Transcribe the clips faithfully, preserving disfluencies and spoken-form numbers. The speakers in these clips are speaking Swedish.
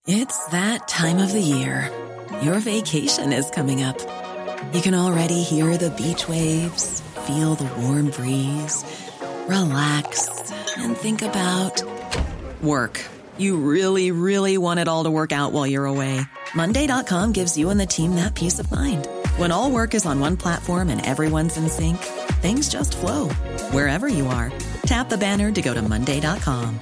It's that time of the year. Your vacation is coming up. You can already hear the beach waves, feel the warm breeze, relax, and think about work. You really, really want it all to work out while you're away. Monday dot com gives you and the team that peace of mind. When all work is on one platform and everyone's in sync, things just flow. Wherever you are, tap the banner to go to Monday dot com.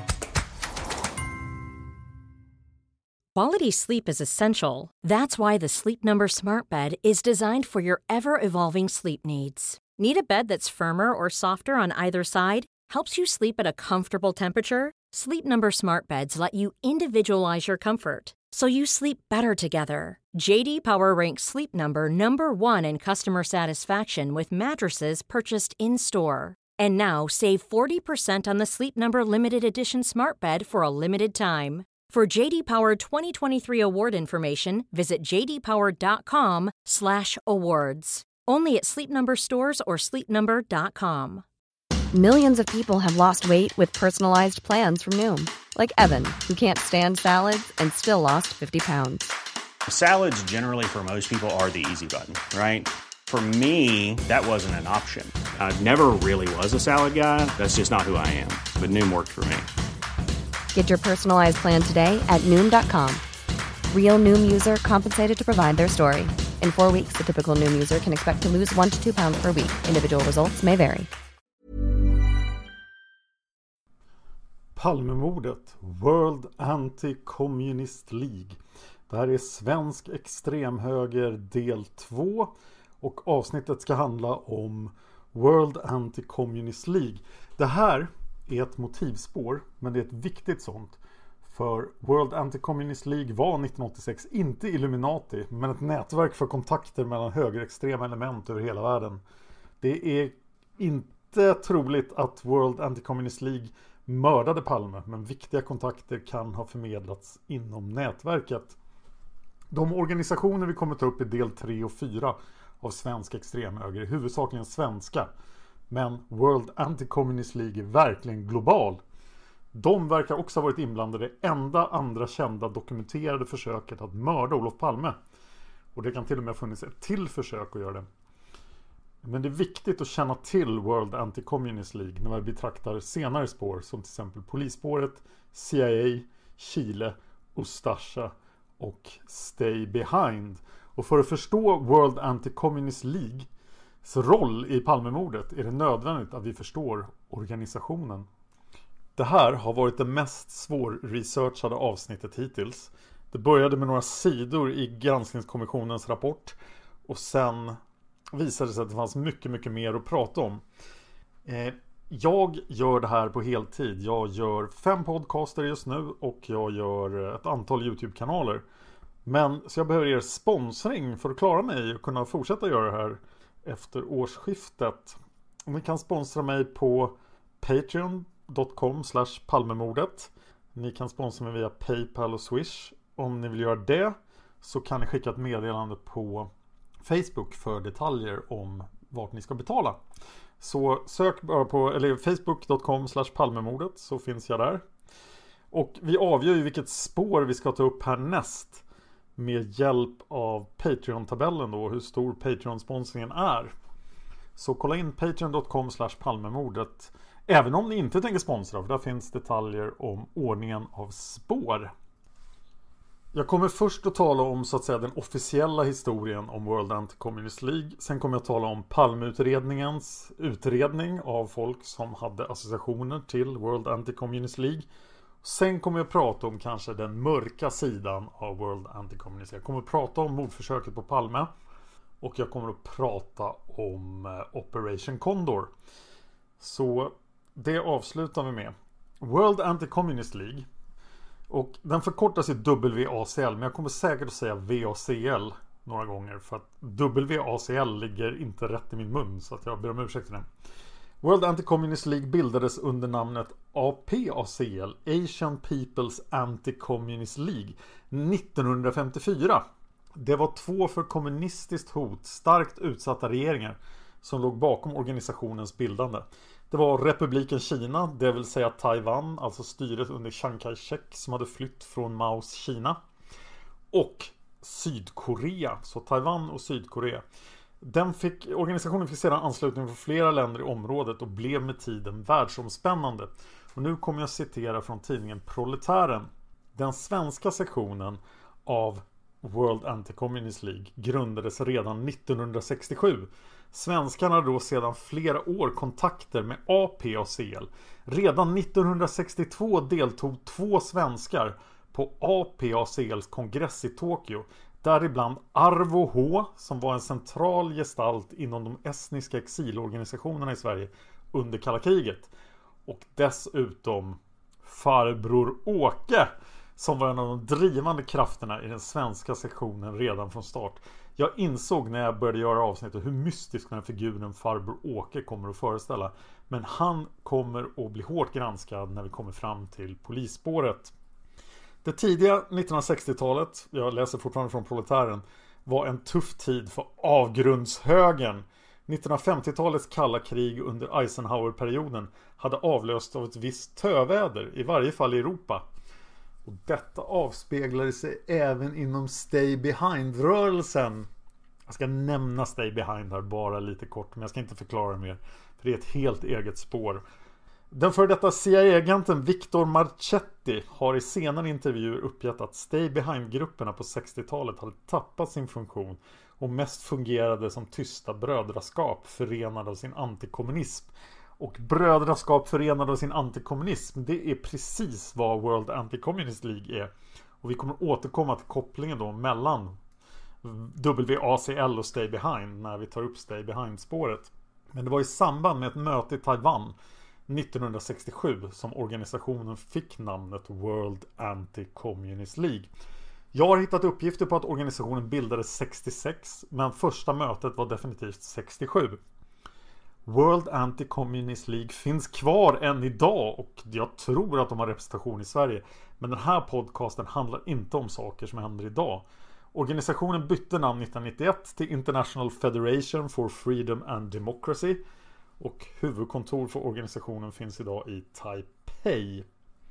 Quality sleep is essential. That's why the Sleep Number Smart Bed is designed for your ever-evolving sleep needs. Need a bed that's firmer or softer on either side? Helps you sleep at a comfortable temperature? Sleep Number Smart Beds let you individualize your comfort, so you sleep better together. J D Power ranks Sleep Number number one in customer satisfaction with mattresses purchased in-store. And now, save forty percent on the Sleep Number Limited Edition Smart Bed for a limited time. For J D Power twenty twenty-three award information, visit j d power dot com slash awards. Only at Sleep Number stores or sleep number dot com. Millions of people have lost weight with personalized plans from Noom. Like Evan, who can't stand salads and still lost fifty pounds. Salads generally for most people are the easy button, right? For me, that wasn't an option. I never really was a salad guy. That's just not who I am. But Noom worked for me. Get your personalized plan today at Noom dot com. Real Noom user compensated to provide their story. In four weeks, the typical Noom user can expect to lose one to two pounds per week. Individual results may vary. Palmemordet, World Anti-Communist League. Det här är svensk extremhöger del två och avsnittet ska handla om World Anti-Communist League. Det här är ett motivspår, men det är ett viktigt sånt. För World Anti-Communist League var nittonhundraåttiosex inte Illuminati, men ett nätverk för kontakter mellan högerextrema element över hela världen. Det är inte troligt att World Anti-Communist League mördade Palme, men viktiga kontakter kan ha förmedlats inom nätverket. De organisationer vi kommer ta upp i del tre och fyra av svensk extremhöger är huvudsakligen svenska. Men World Anti-Communist League är verkligen global. De verkar också ha varit inblandade i det enda andra kända dokumenterade försöket att mörda Olof Palme. Och det kan till och med ha funnits ett till försök att göra det. Men det är viktigt att känna till World Anti-Communist League när man betraktar senare spår som till exempel polisspåret, C I A, Chile, Ustasja och Stay Behind. Och för att förstå World Anti-Communist League så roll i Palmemordet är det nödvändigt att vi förstår organisationen. Det här har varit det mest svårresearchade avsnittet hittills. Det började med några sidor i granskningskommissionens rapport och sen visade det sig att det fanns mycket, mycket mer att prata om. Eh, jag gör det här på heltid. Jag gör fem podcaster just nu och jag gör ett antal YouTube-kanaler. Men så jag behöver er sponsring för att klara mig och kunna fortsätta göra det här efter årsskiftet. Ni kan sponsra mig på patreon dot com slash palmemordet. Ni kan sponsra mig via PayPal och Swish. Om ni vill göra det så kan ni skicka ett meddelande på Facebook för detaljer om vart ni ska betala. Så sök bara på eller facebook dot com slash palmemordet så finns jag där. Och vi avgör ju vilket spår vi ska ta upp härnäst med hjälp av Patreon-tabellen då, hur stor Patreon-sponsringen är. Så kolla in patreon dot com slash palmemordet även om ni inte tänker sponsra, för där finns detaljer om ordningen av spår. Jag kommer först att tala om så att säga den officiella historien om World Anti-Communist League. Sen kommer jag att tala om Palmeutredningens utredning av folk som hade associationer till World Anti-Communist League. Sen kommer jag att prata om kanske den mörka sidan av World Anti-Communist League. Jag kommer att prata om mordförsöket på Palme. Och jag kommer att prata om Operation Condor. Så det avslutar vi med. World Anti-Communist League. Och den förkortas i W A C L, men jag kommer säkert att säga V A C L några gånger. För att W A C L ligger inte rätt i min mun, så att jag ber om ursäkt för det. World Anti-Communist League bildades under namnet A P A C L, Asian People's Anti-Communist League, nittonhundrafemtiofyra. Det var två för kommunistiskt hot starkt utsatta regeringar som låg bakom organisationens bildande. Det var republiken Kina, det vill säga Taiwan, alltså styret under Chiang Kai-shek som hade flytt från Maos Kina. och Sydkorea. Så Taiwan och Sydkorea. Den fick, organisationen fick sedan anslutning från flera länder i området och blev med tiden världsomspännande. Och nu kommer jag citera från tidningen Proletären. Den svenska sektionen av World Anti-Communist League grundades redan nittonhundrasextiosju. Svenskarna hade då sedan flera år kontakter med A P A C L. Redan nittonhundrasextiotvå deltog två svenskar på A P A C L:s kongress i Tokyo. Däribland Arvo H, som var en central gestalt inom de estniska exilorganisationerna i Sverige under kalla kriget. Och dessutom farbror Åke, som var en av de drivande krafterna i den svenska sektionen redan från start. Jag insåg när jag började göra avsnittet hur mystisk den här figuren farbror Åke kommer att föreställa. Men han kommer att bli hårt granskad när vi kommer fram till polisspåret. Det tidiga nittonhundrasextiotalet, jag läser fortfarande från Proletären, var en tuff tid för avgrundshögern. nittonhundrafemtiotalets kalla krig under Eisenhower-perioden hade avlöst av ett visst töväder, i varje fall i Europa. Och detta avspeglade sig även inom Stay Behind-rörelsen. Jag ska nämna Stay Behind här bara lite kort, men jag ska inte förklara mer, för det är ett helt eget spår. Den för detta C I A-agenten Victor Marchetti har i senare intervjuer uppgett att Stay Behind-grupperna på sextiotalet hade tappat sin funktion och mest fungerade som tysta brödraskap förenade av sin antikommunism. Och brödraskap förenade av sin antikommunism, det är precis vad World Anti-Communist League är. Och vi kommer återkomma till kopplingen då mellan W A C L och Stay Behind när vi tar upp Stay Behind-spåret. Men det var i samband med ett möte i Taiwan nittonhundrasextiosju som organisationen fick namnet World Anti-Communist League. Jag har hittat uppgifter på att organisationen bildades sextiosex, men första mötet var definitivt sextiosju. World Anti-Communist League finns kvar än idag och jag tror att de har representation i Sverige. Men den här podcasten handlar inte om saker som händer idag. Organisationen bytte namn nittonhundranittioett till International Federation for Freedom and Democracy. Och huvudkontor för organisationen finns idag i Taipei.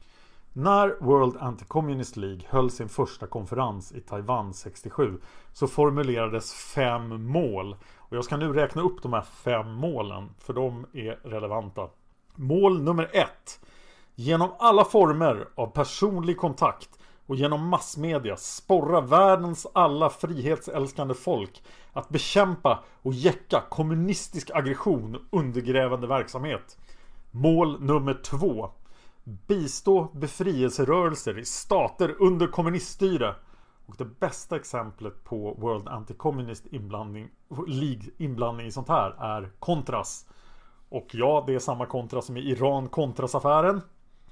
När World Anti-Communist League höll sin första konferens i Taiwan sextiosju så formulerades fem mål. Och jag ska nu räkna upp de här fem målen, för de är relevanta. Mål nummer ett. Genom alla former av personlig kontakt och genom massmedia sporra världens alla frihetsälskande folk att bekämpa och jäcka kommunistisk aggression och undergrävande verksamhet. Mål nummer två. Bistå befrielserörelser i stater under kommuniststyre. Och det bästa exemplet på World Anti-Communist inblandning, League inblandning i sånt här är Contras. Och ja, det är samma Contras som i Iran-Contras-affären.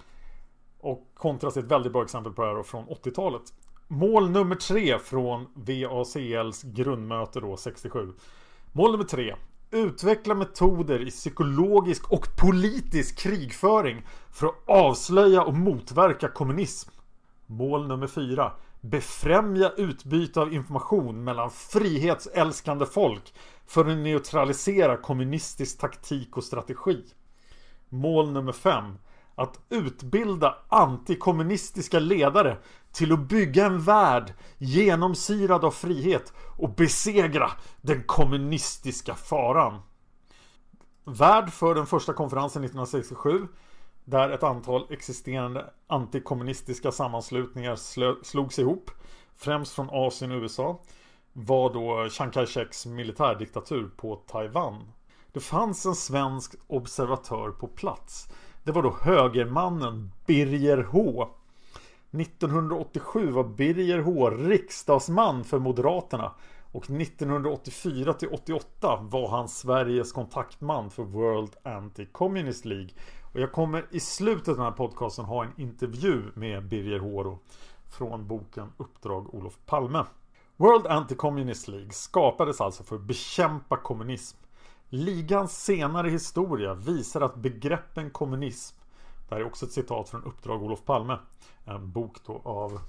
Och Contras är ett väldigt bra exempel på det här från åttiotalet. Mål nummer tre från W A C L:s grundmöte då sextiosju. Mål nummer tre. Utveckla metoder i psykologisk och politisk krigföring för att avslöja och motverka kommunism. Mål nummer fyra. Befrämja utbyte av information mellan frihetsälskande folk för att neutralisera kommunistisk taktik och strategi. Mål nummer fem. Att utbilda antikommunistiska ledare till att bygga en värld genomsyrad av frihet och besegra den kommunistiska faran. Värd för den första konferensen nittonhundrasextiosju, där ett antal existerande antikommunistiska sammanslutningar slogs ihop, främst från Asien och U S A, var då Chiang Kai-sheks militärdiktatur på Taiwan. Det fanns en svensk observatör på plats. Det var då högermannen Birger H. nittonhundraåttiosju var Birger H riksdagsman för Moderaterna och nittonhundraåttiofyra till åttioåtta var han Sveriges kontaktman för World Anti-Communist League. Och jag kommer i slutet av den här podcasten ha en intervju med Birger H då, från boken Uppdrag Olof Palme. World Anti-Communist League skapades alltså för att bekämpa kommunism. Ligans senare historia visar att begreppen kommunism, det här är också ett citat från Uppdrag Olof Palme, en bok då av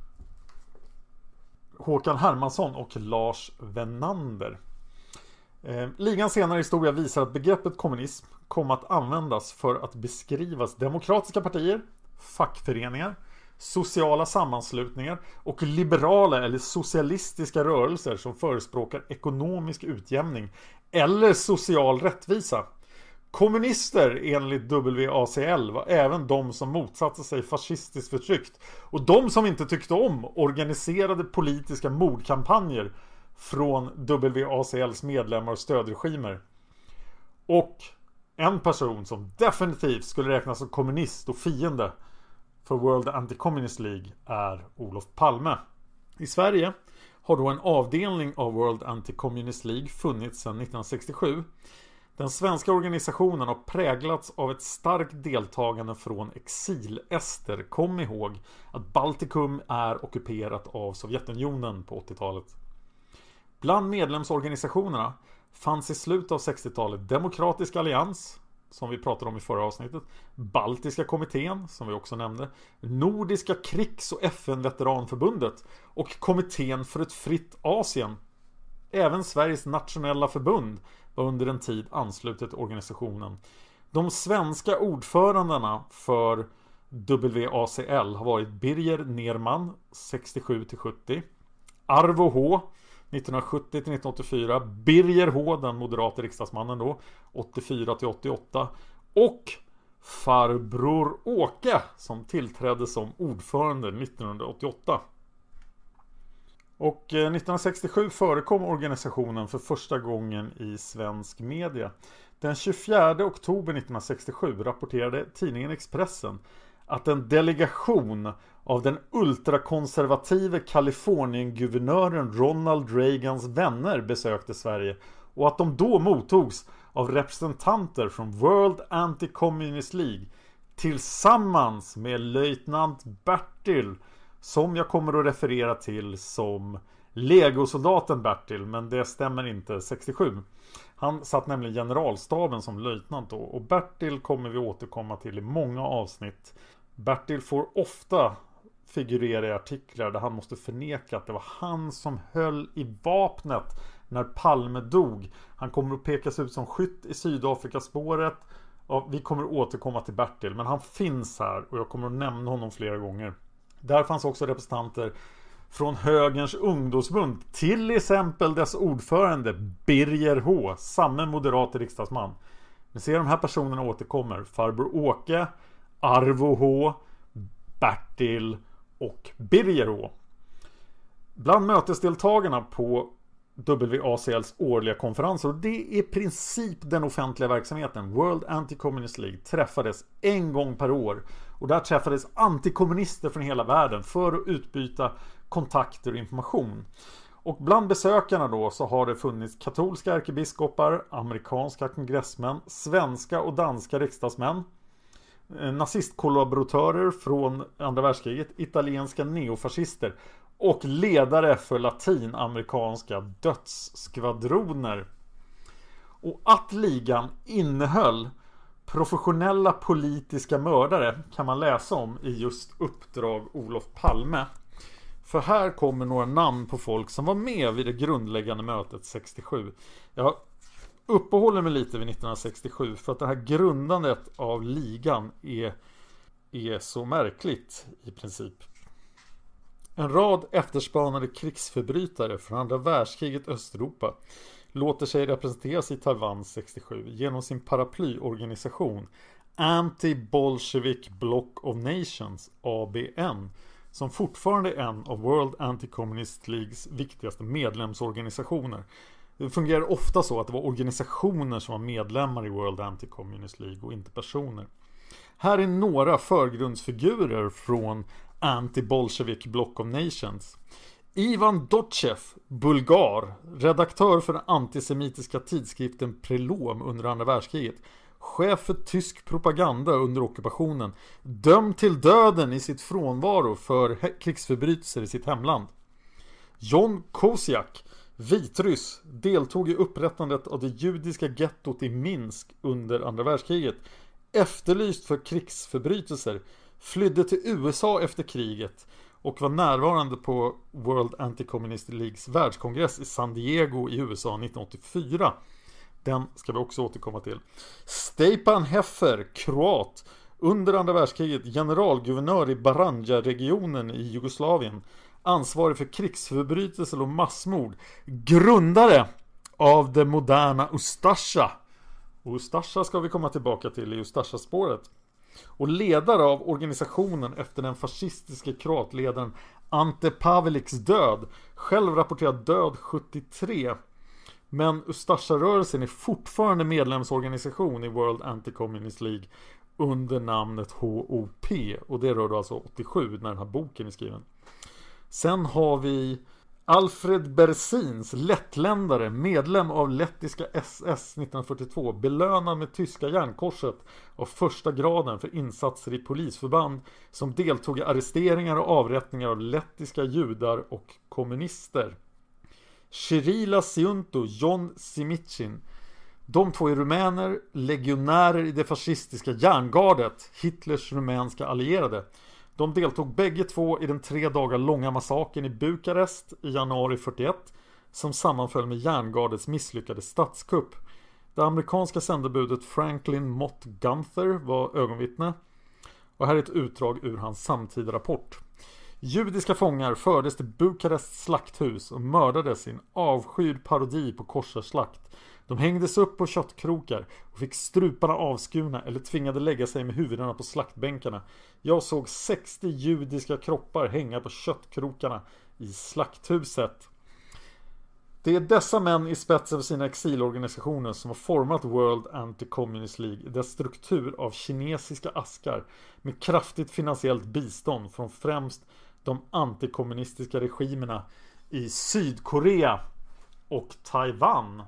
Håkan Hermansson och Lars Venander. Eh, Ligans senare historia visar att begreppet kommunism kom att användas för att beskrivas demokratiska partier, fackföreningar, sociala sammanslutningar och liberala eller socialistiska rörelser som förespråkar ekonomisk utjämning eller social rättvisa. Kommunister enligt W A C L var även de som motsatte sig fascistiskt förtryck och de som inte tyckte om organiserade politiska mordkampanjer från W A C L:s medlemmar och stödregimer. Och en person som definitivt skulle räknas som kommunist och fiende för World Anti-Communist League är Olof Palme. I Sverige har då en avdelning av World Anti-Communist League funnits sedan nittonhundrasextiosju. Den svenska organisationen har präglats av ett starkt deltagande från exil-ester. Kom ihåg att Baltikum är ockuperat av Sovjetunionen på åttiotalet. Bland medlemsorganisationerna fanns i slutet av sextiotalet Demokratisk Allians, som vi pratade om i förra avsnittet, Baltiska kommittén, som vi också nämnde, Nordiska krigs- och F N-veteranförbundet och Kommittén för ett fritt Asien. Även Sveriges nationella förbund var under en tid anslutet till organisationen. De svenska ordförandena för W A C L har varit Birger Nerman sextiosju till sjuttio, Arvo H nittonhundrasjuttio till nittonhundraåttiofyra, Birger H, den moderata riksdagsmannen då, åttiofyra till åttioåtta, och farbror Åke som tillträdde som ordförande nittonhundraåttioåtta. Och nittonhundrasextiosju förekom organisationen för första gången i svensk media. Den tjugofjärde oktober nittonhundrasextiosju rapporterade tidningen Expressen att en delegation av den ultrakonservative Kalifornien-guvernören Ronald Reagans vänner besökte Sverige och att de då mottogs av representanter från World Anti-Communist League tillsammans med löjtnant Bertil, som jag kommer att referera till som legosoldaten Bertil, men det stämmer inte, sextiosju. Han satt nämligen generalstaben som löjtnant då, och Bertil kommer vi återkomma till i många avsnitt. Bertil får ofta figurera i artiklar där han måste förneka att det var han som höll i vapnet när Palme dog. Han kommer att pekas ut som skytt i Sydafrikaspåret. Ja, vi kommer att återkomma till Bertil, men han finns här och jag kommer att nämna honom flera gånger. Där fanns också representanter från Högerns ungdomsförbund, till exempel dess ordförande Birger H, samme moderat riksdagsman. Ni ser, de här personerna återkommer: farbror Åke, Arvo H, Bertil och Birger H. Bland mötesdeltagarna på W A C L:s årliga konferenser, och det är i princip den offentliga verksamheten, World Anti-Communist League, träffades en gång per år. Och där träffades antikommunister från hela världen för att utbyta kontakter och information. Och bland besökarna då så har det funnits katolska ärkebiskopar, amerikanska kongressmän, svenska och danska riksdagsmän, nazistkollaboratörer från andra världskriget, italienska neofascister och ledare för latinamerikanska dödsskvadroner. Och att ligan innehöll professionella politiska mördare kan man läsa om i just Uppdrag Olof Palme. För här kommer några namn på folk som var med vid det grundläggande mötet sextiosju. Jag uppehåller mig lite vid nittonhundrasextiosju för att det här grundandet av ligan är, är så märkligt i princip. En rad efterspanade krigsförbrytare från andra världskriget Östeuropa låter sig representeras i Taiwan sextiosju genom sin paraplyorganisation Anti-Bolshevik Block of Nations, A B N, som fortfarande är en av World Anti-Communist Leagues viktigaste medlemsorganisationer. Det fungerar ofta så att det var organisationer som var medlemmar i World Anti-Communist League och inte personer. Här är några förgrundsfigurer från Anti-Bolshevik Block of Nations. Ivan Dotchev, bulgar, redaktör för den antisemitiska tidskriften Prelom under andra världskriget, chef för tysk propaganda under ockupationen, dömd till döden i sitt frånvaro för krigsförbrytelser i sitt hemland. John Kosiak, vitryss, deltog i upprättandet av det judiska gettot i Minsk under andra världskriget, efterlyst för krigsförbrytelser, flydde till U S A efter kriget och var närvarande på World Anti-Communist Leagues världskongress i San Diego i U S A nittonhundraåttiofyra. Den ska vi också återkomma till. Stepan Heffer, kroat, Under andra världskriget generalguvernör i Baranja-regionen i Jugoslavien, ansvarig för krigsförbrytelser och massmord, grundare av det moderna Ustasja. Och Ustasja ska vi komma tillbaka till i Ustasja-spåret. Och ledare av organisationen efter den fascistiska kroatledaren Ante Paveliks död, själv rapporterad död sjuttiotre. Men Ustasja-rörelsen är fortfarande medlemsorganisation i World Anti-Communist League under namnet H O P, och det rör då alltså åttiosju när den här boken är skriven. Sen har vi Alfred Bersins, lettländare, medlem av lettiska S S nittonhundrafyrtiotvå, belönad med tyska järnkorset av första graden för insatser i polisförband som deltog i arresteringar och avrättningar av lettiska judar och kommunister. Cirila Siunto, John Simicin. De två är rumäner, legionärer i det fascistiska järngardet, Hitlers rumänska allierade. De deltog bägge två i den tre dagar långa massakern i Bukarest i januari fyrtioett som sammanföll med järngardets misslyckade statskupp. Det amerikanska sändebudet Franklin Mott Gunther var ögonvittne. Och här är ett utdrag ur hans samtida rapport. Judiska fångar fördes till Bukarests slakthus och mördades i en avskydd parodi på korsarslakt. De hängdes upp på köttkrokar och fick struparna avskurna eller tvingade lägga sig med huvudena på slaktbänkarna. Jag såg sextio judiska kroppar hänga på köttkrokarna i slakthuset. Det är dessa män i spetsen för sina exilorganisationer som har format World Anti-Communist League, dess struktur av kinesiska askar med kraftigt finansiellt bistånd från främst de antikommunistiska regimerna i Sydkorea och Taiwan.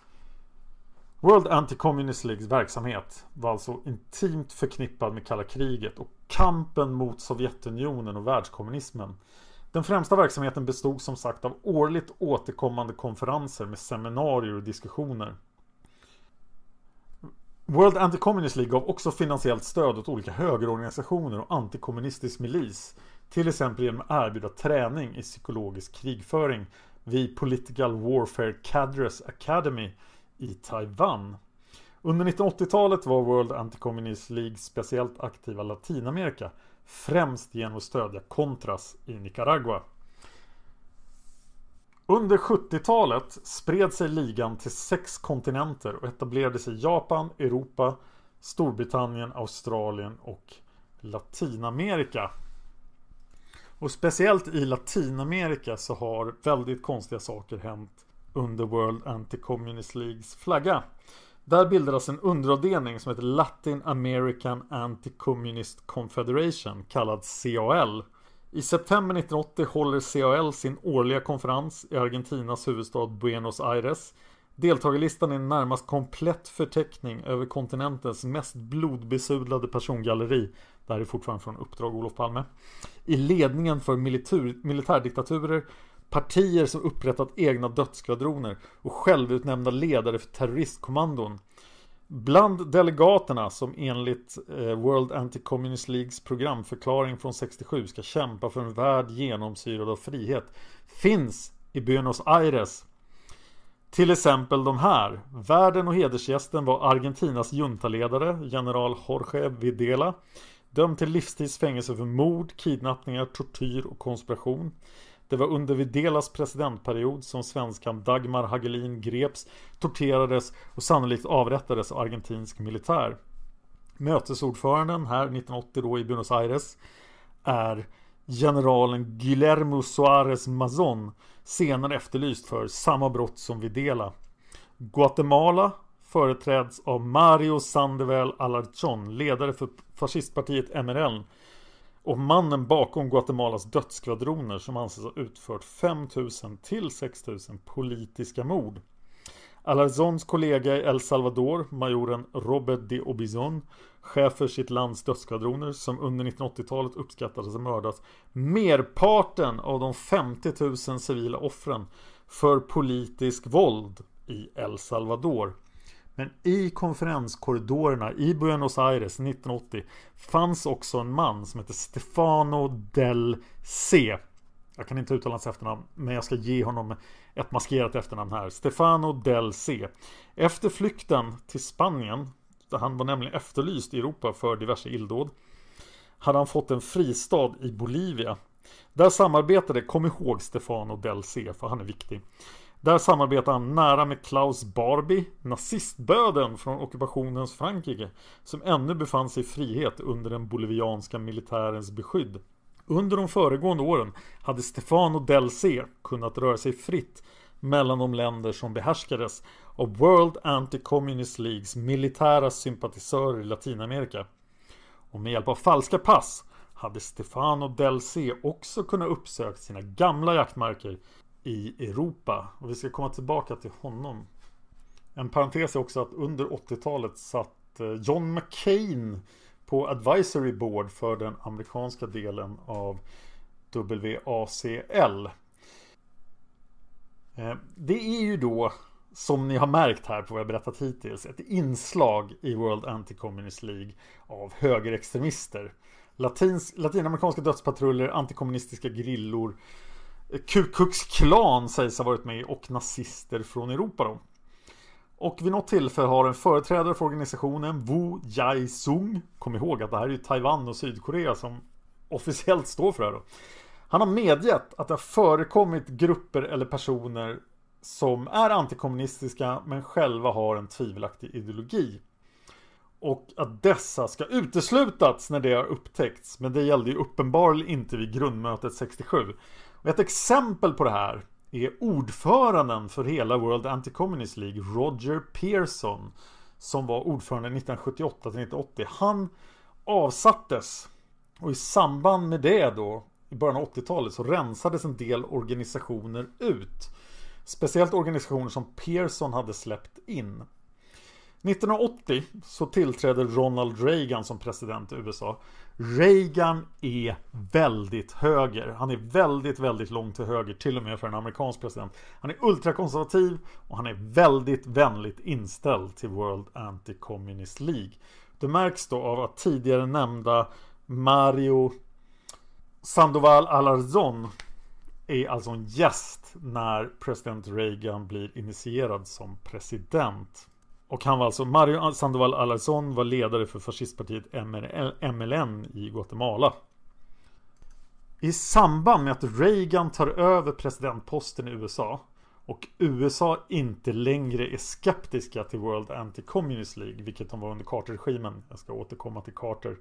World Anti-Communist Leagues verksamhet var alltså intimt förknippad med kalla kriget och kampen mot Sovjetunionen och världskommunismen. Den främsta verksamheten bestod som sagt av årligt återkommande konferenser med seminarier och diskussioner. World Anti-Communist League gav också finansiellt stöd åt olika högerorganisationer och antikommunistisk milis, till exempel genom att erbjuda träning i psykologisk krigföring vid Political Warfare Cadres Academy i Taiwan. Under nittonhundraåttiotalet var World Anti-Communist League speciellt aktiva i Latinamerika, främst genom att stödja Contras i Nicaragua. Under sjuttiotalet spred sig ligan till sex kontinenter och etablerade sig i Japan, Europa, Storbritannien, Australien och Latinamerika. Och speciellt i Latinamerika så har väldigt konstiga saker hänt under World Anti-Communist Leagues flagga. Där bildades en underavdelning som heter Latin American Anti-Communist Confederation, kallad C A L. I september nittonhundraåttio håller C A L sin årliga konferens i Argentinas huvudstad Buenos Aires. Deltagarlistan är en närmast komplett förteckning över kontinentens mest blodbesudlade persongalleri. Det här är fortfarande från Uppdrag Olof Palme. I ledningen för militär, militärdiktaturer, partier som upprättat egna dödsskvadroner och självutnämnda ledare för terroristkommandon. Bland delegaterna som enligt eh, World Anti-Communist Leagues programförklaring från sextiosju ska kämpa för en värld genomsyrad av frihet finns i Buenos Aires till exempel de här. Värden och hedersgästen var Argentinas juntaledare, general Jorge Videla, dömd till livstidsfängelse för mord, kidnappningar, tortyr och konspiration. Det var under Videlas presidentperiod som svenskan Dagmar Hagelin greps, torterades och sannolikt avrättades av argentinsk militär. Mötesordföranden här nittonhundraåttio då i Buenos Aires är generalen Guillermo Suárez Mazón, senare efterlyst för samma brott som Videla. Guatemala företräds av Mario Sandoval Alarcón, ledare för fascistpartiet M R L och mannen bakom Guatemalas dödsskvadroner som anses ha utfört fem tusen till sex tusen politiska mord. Alarcóns kollega i El Salvador, majoren Robert de Obizon, chef för sitt lands dödsskvadroner som under nittonhundraåttiotalet uppskattades ha mördat merparten av de femtio tusen civila offren för politisk våld i El Salvador. Men i konferenskorridorerna i Buenos Aires nittonhundraåttio fanns också en man som heter Stefano del C. Jag kan inte uttala hans efternamn, men jag ska ge honom ett maskerat efternamn här. Stefano del C. Efter flykten till Spanien han var nämligen efterlyst i Europa för diverse illdåd, hade han fått en fristad i Bolivia. Där samarbetade, kom ihåg Stefano del Ce, för han är viktig. Där samarbetade han nära med Klaus Barbie, nazistböden från ockupationens Frankrike, som ännu befann sig i frihet under den bolivianska militärens beskydd. Under de föregående åren hade Stefano del Ce kunnat röra sig fritt mellan de länder som behärskades av World Anti-Communist Leagues militära sympatisörer i Latinamerika. Och med hjälp av falska pass hade Stefano del Ce också kunnat uppsöka sina gamla jaktmarker i Europa. Och vi ska komma tillbaka till honom. En parentes är också att under åttiotalet satt John McCain på advisory board för den amerikanska delen av W A C L. Det är ju då, som ni har märkt här på vad jag berättat hittills, ett inslag i World Anti-Communist League av högerextremister. Latins, latinamerikanska dödspatruller, antikommunistiska grillor, Ku Klux Klan sägs ha varit med, och nazister från Europa då. Och vid något tillfälle har en företrädare för organisationen, Wu Jai-sung, kom ihåg att det här är ju Taiwan och Sydkorea som officiellt står för det här då. Han har medgett att det har förekommit grupper eller personer som är antikommunistiska men själva har en tvivelaktig ideologi. Och att dessa ska uteslutats när det har upptäckts. Men det gällde ju uppenbarligen inte vid grundmötet sextiosju. Och ett exempel på det här är ordföranden för hela World Anti-Communist League, Roger Pearson, som var ordförande nittonhundrasjuttioåtta till nittonhundraåttio. Han avsattes, och i samband med det då, i början av åttiotalet, så rensades en del organisationer ut. Speciellt organisationer som Pearson hade släppt in. nittonhundraåttio så tillträdde Ronald Reagan som president i U S A. Reagan är väldigt höger. Han är väldigt, väldigt långt till höger, till och med för en amerikansk president. Han är ultrakonservativ och han är väldigt vänligt inställd till World Anti-Communist League. Det märks då av att tidigare nämnda Mario Sandoval Alarzón är alltså en gäst när president Reagan blir initierad som president. Och han var alltså, Mario Sandoval Alarzón var ledare för fascistpartiet M L N i Guatemala. I samband med att Reagan tar över presidentposten i U S A och U S A inte längre är skeptiska till World Anti-Communist League, vilket de var under Carter-regimen. Jag ska återkomma till Carter.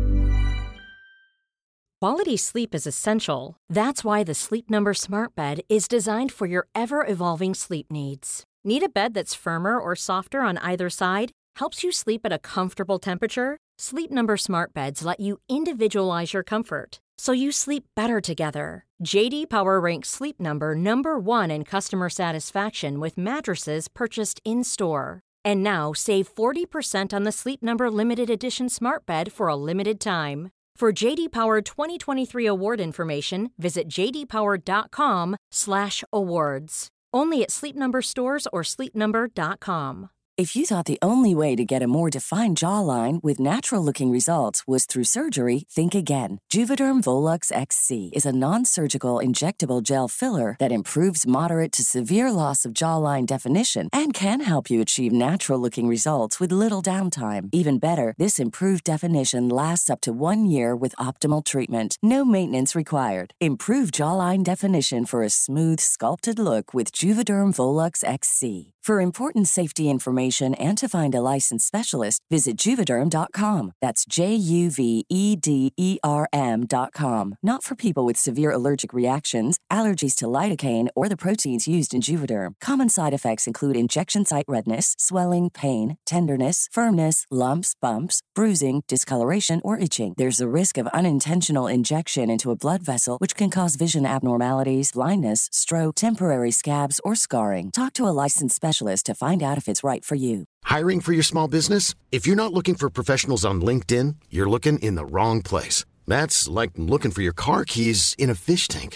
Quality sleep is essential. That's why the Sleep Number Smart Bed is designed for your ever-evolving sleep needs. Need a bed that's firmer or softer on either side? Helps you sleep at a comfortable temperature? Sleep Number Smart Beds let you individualize your comfort, so you sleep better together. J D Power ranks Sleep Number number one in customer satisfaction with mattresses purchased in-store. And now save forty percent on the Sleep Number Limited Edition Smart Bed for a limited time. For J D Power twenty twenty-three award information, visit j d power dot com slash awards. Only at Sleep Number stores or sleep number dot com. If you thought the only way to get a more defined jawline with natural-looking results was through surgery, think again. Juvederm Volux X C is a non-surgical injectable gel filler that improves moderate to severe loss of jawline definition and can help you achieve natural-looking results with little downtime. Even better, this improved definition lasts up to one year with optimal treatment. No maintenance required. Improve jawline definition for a smooth, sculpted look with Juvederm Volux X C. For important safety information and to find a licensed specialist, visit Juvederm dot com. That's J U V E D E R M dot com. Not for people with severe allergic reactions, allergies to lidocaine, or the proteins used in Juvederm. Common side effects include injection site redness, swelling, pain, tenderness, firmness, lumps, bumps, bruising, discoloration, or itching. There's a risk of unintentional injection into a blood vessel, which can cause vision abnormalities, blindness, stroke, temporary scabs, or scarring. Talk to a licensed specialist to find out if it's right for you. Hiring for your small business? If you're not looking for professionals on LinkedIn, you're looking in the wrong place. That's like looking for your car keys in a fish tank.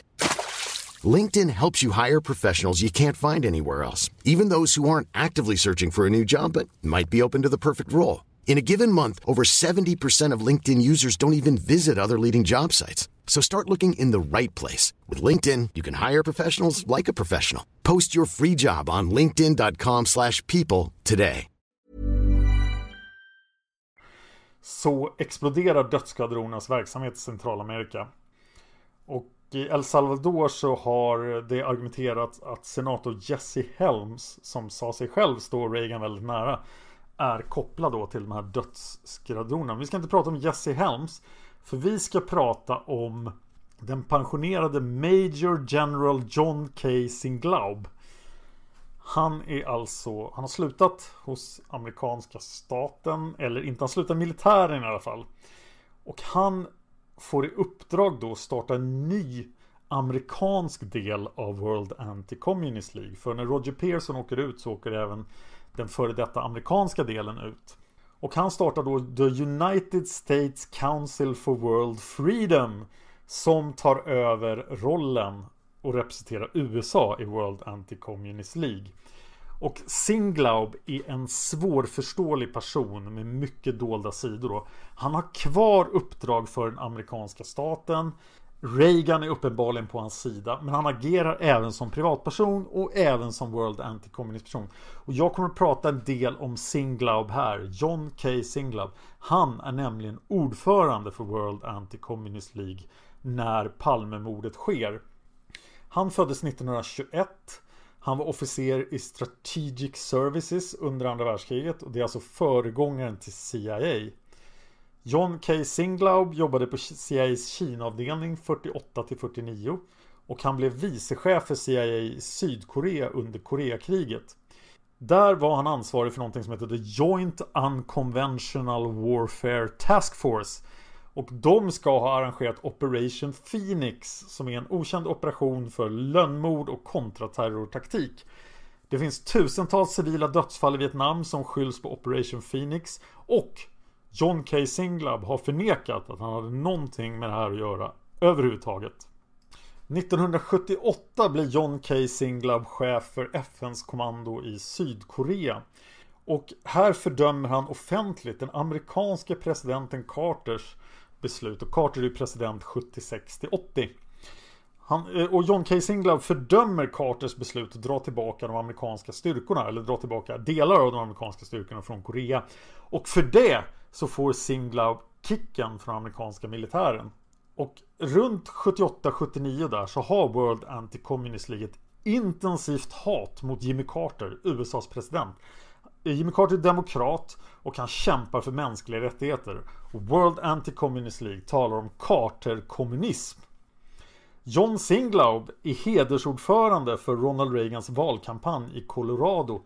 LinkedIn helps you hire professionals you can't find anywhere else, even those who aren't actively searching for a new job but might be open to the perfect role. In a given month, over seventy percent of LinkedIn users don't even visit other leading job sites. So start looking in the right place. With LinkedIn, you can hire professionals like a professional. Post your free job on linkedin dot com slash people today. så exploderar dödsskvadronernas verksamhet i Centralamerika. Och i El Salvador så har det argumenterats att senator Jesse Helms, som sa sig själv stå Reagan väldigt nära, är kopplad då till de här dödsskvadronerna. Vi ska inte prata om Jesse Helms, för vi ska prata om den pensionerade Major General John K. Singlaub. Han är alltså, han har slutat hos amerikanska staten, eller inte, han slutar militären i alla fall. Och han får i uppdrag då starta en ny amerikansk del av World Anti-Communist League. För när Roger Pearson åker ut så åker även den före detta amerikanska delen ut. Och han startar då The United States Council for World Freedom, som tar över rollen och representerar U S A i World Anti-Communist League. Och Singlaub är en svårförståelig person med mycket dolda sidor då. Han har kvar uppdrag för den amerikanska staten. Reagan är uppenbarligen på hans sida, men han agerar även som privatperson och även som World Anti-Communist person. Och jag kommer att prata en del om Singlaub här. John K. Singlaub. Han är nämligen ordförande för World Anti-Communist League när Palmemordet sker. Han föddes nittonhundratjugoett. Han var officer i Strategic Services under andra världskriget, och det är alltså föregångaren till C I A. John K. Singlaub jobbade på C I A:s Kina-avdelning fyrtioåtta till fyrtionio, och han blev vicechef för C I A i Sydkorea under Koreakriget. Där var han ansvarig för någonting som heter The Joint Unconventional Warfare Task Force. Och de ska ha arrangerat Operation Phoenix, som är en okänd operation för lönnmord och kontraterrortaktik. Det finns tusentals civila dödsfall i Vietnam som skylls på Operation Phoenix, och John K. Singlaub har förnekat att han hade någonting med det här att göra överhuvudtaget. nittonhundrasjuttioåtta blir John K. Singlaub chef för F N:s kommando i Sydkorea. Och här fördömer han offentligt den amerikanske presidenten Carters beslut. Och Carter är president sjuttiosex till åttio. Han, och John K. Singlaub fördömer Carters beslut att dra tillbaka de amerikanska styrkorna, eller dra tillbaka delar av de amerikanska styrkorna från Korea. Och för det så får Singlaub kicken från amerikanska militären. Och runt sjuttioåtta sjuttionio där så har World Anti-Communist League ett intensivt hat mot Jimmy Carter, U S A:s president. Jimmy Carter är demokrat och han kämpar för mänskliga rättigheter. Och World Anti-Communist League talar om Carter-kommunism. John Singlaub är hedersordförande för Ronald Reagans valkampanj i Colorado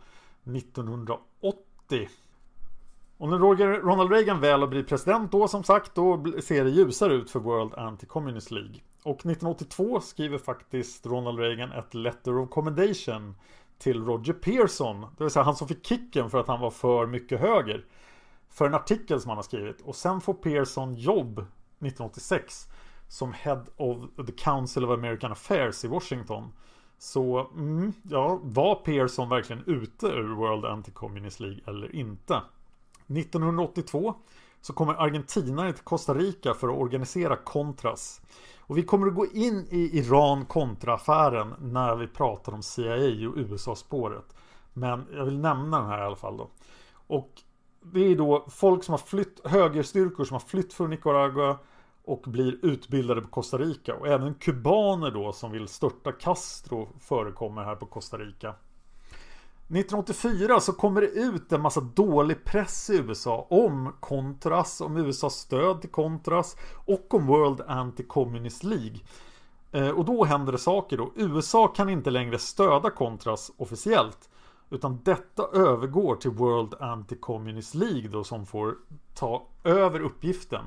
nittonhundraåttio. Och när Ronald Reagan väl har blivit president då, som sagt, då ser det ljusare ut för World Anti-Communist League. Och nittonhundraåttiotvå skriver faktiskt Ronald Reagan ett letter of commendation till Roger Pearson, det vill säga han som fick kicken för att han var för mycket höger, för en artikel som han har skrivit. Och sen får Pearson jobb nittonhundraåttiosex som Head of the Council of American Affairs i Washington. Så mm, ja, var Pearson verkligen ute ur World Anti-Communist League eller inte? nittonhundraåttiotvå så kommer Argentina till Costa Rica för att organisera Contras. Och vi kommer att gå in i Iran-Contra-affären när vi pratar om C I A och U S A-spåret. Men jag vill nämna den här i alla fall då. Och det är då folk som har flytt, högerstyrkor som har flytt från Nicaragua och blir utbildade på Costa Rica. Och även kubaner då som vill störta Castro förekommer här på Costa Rica. nittonhundraåttiofyra så kommer det ut en massa dålig press i U S A om Contras, om U S As stöd till Contras och om World Anti-Communist League. Eh, och då händer det saker då. U S A kan inte längre stödja Contras officiellt, utan detta övergår till World Anti-Communist League då, som får ta över uppgiften.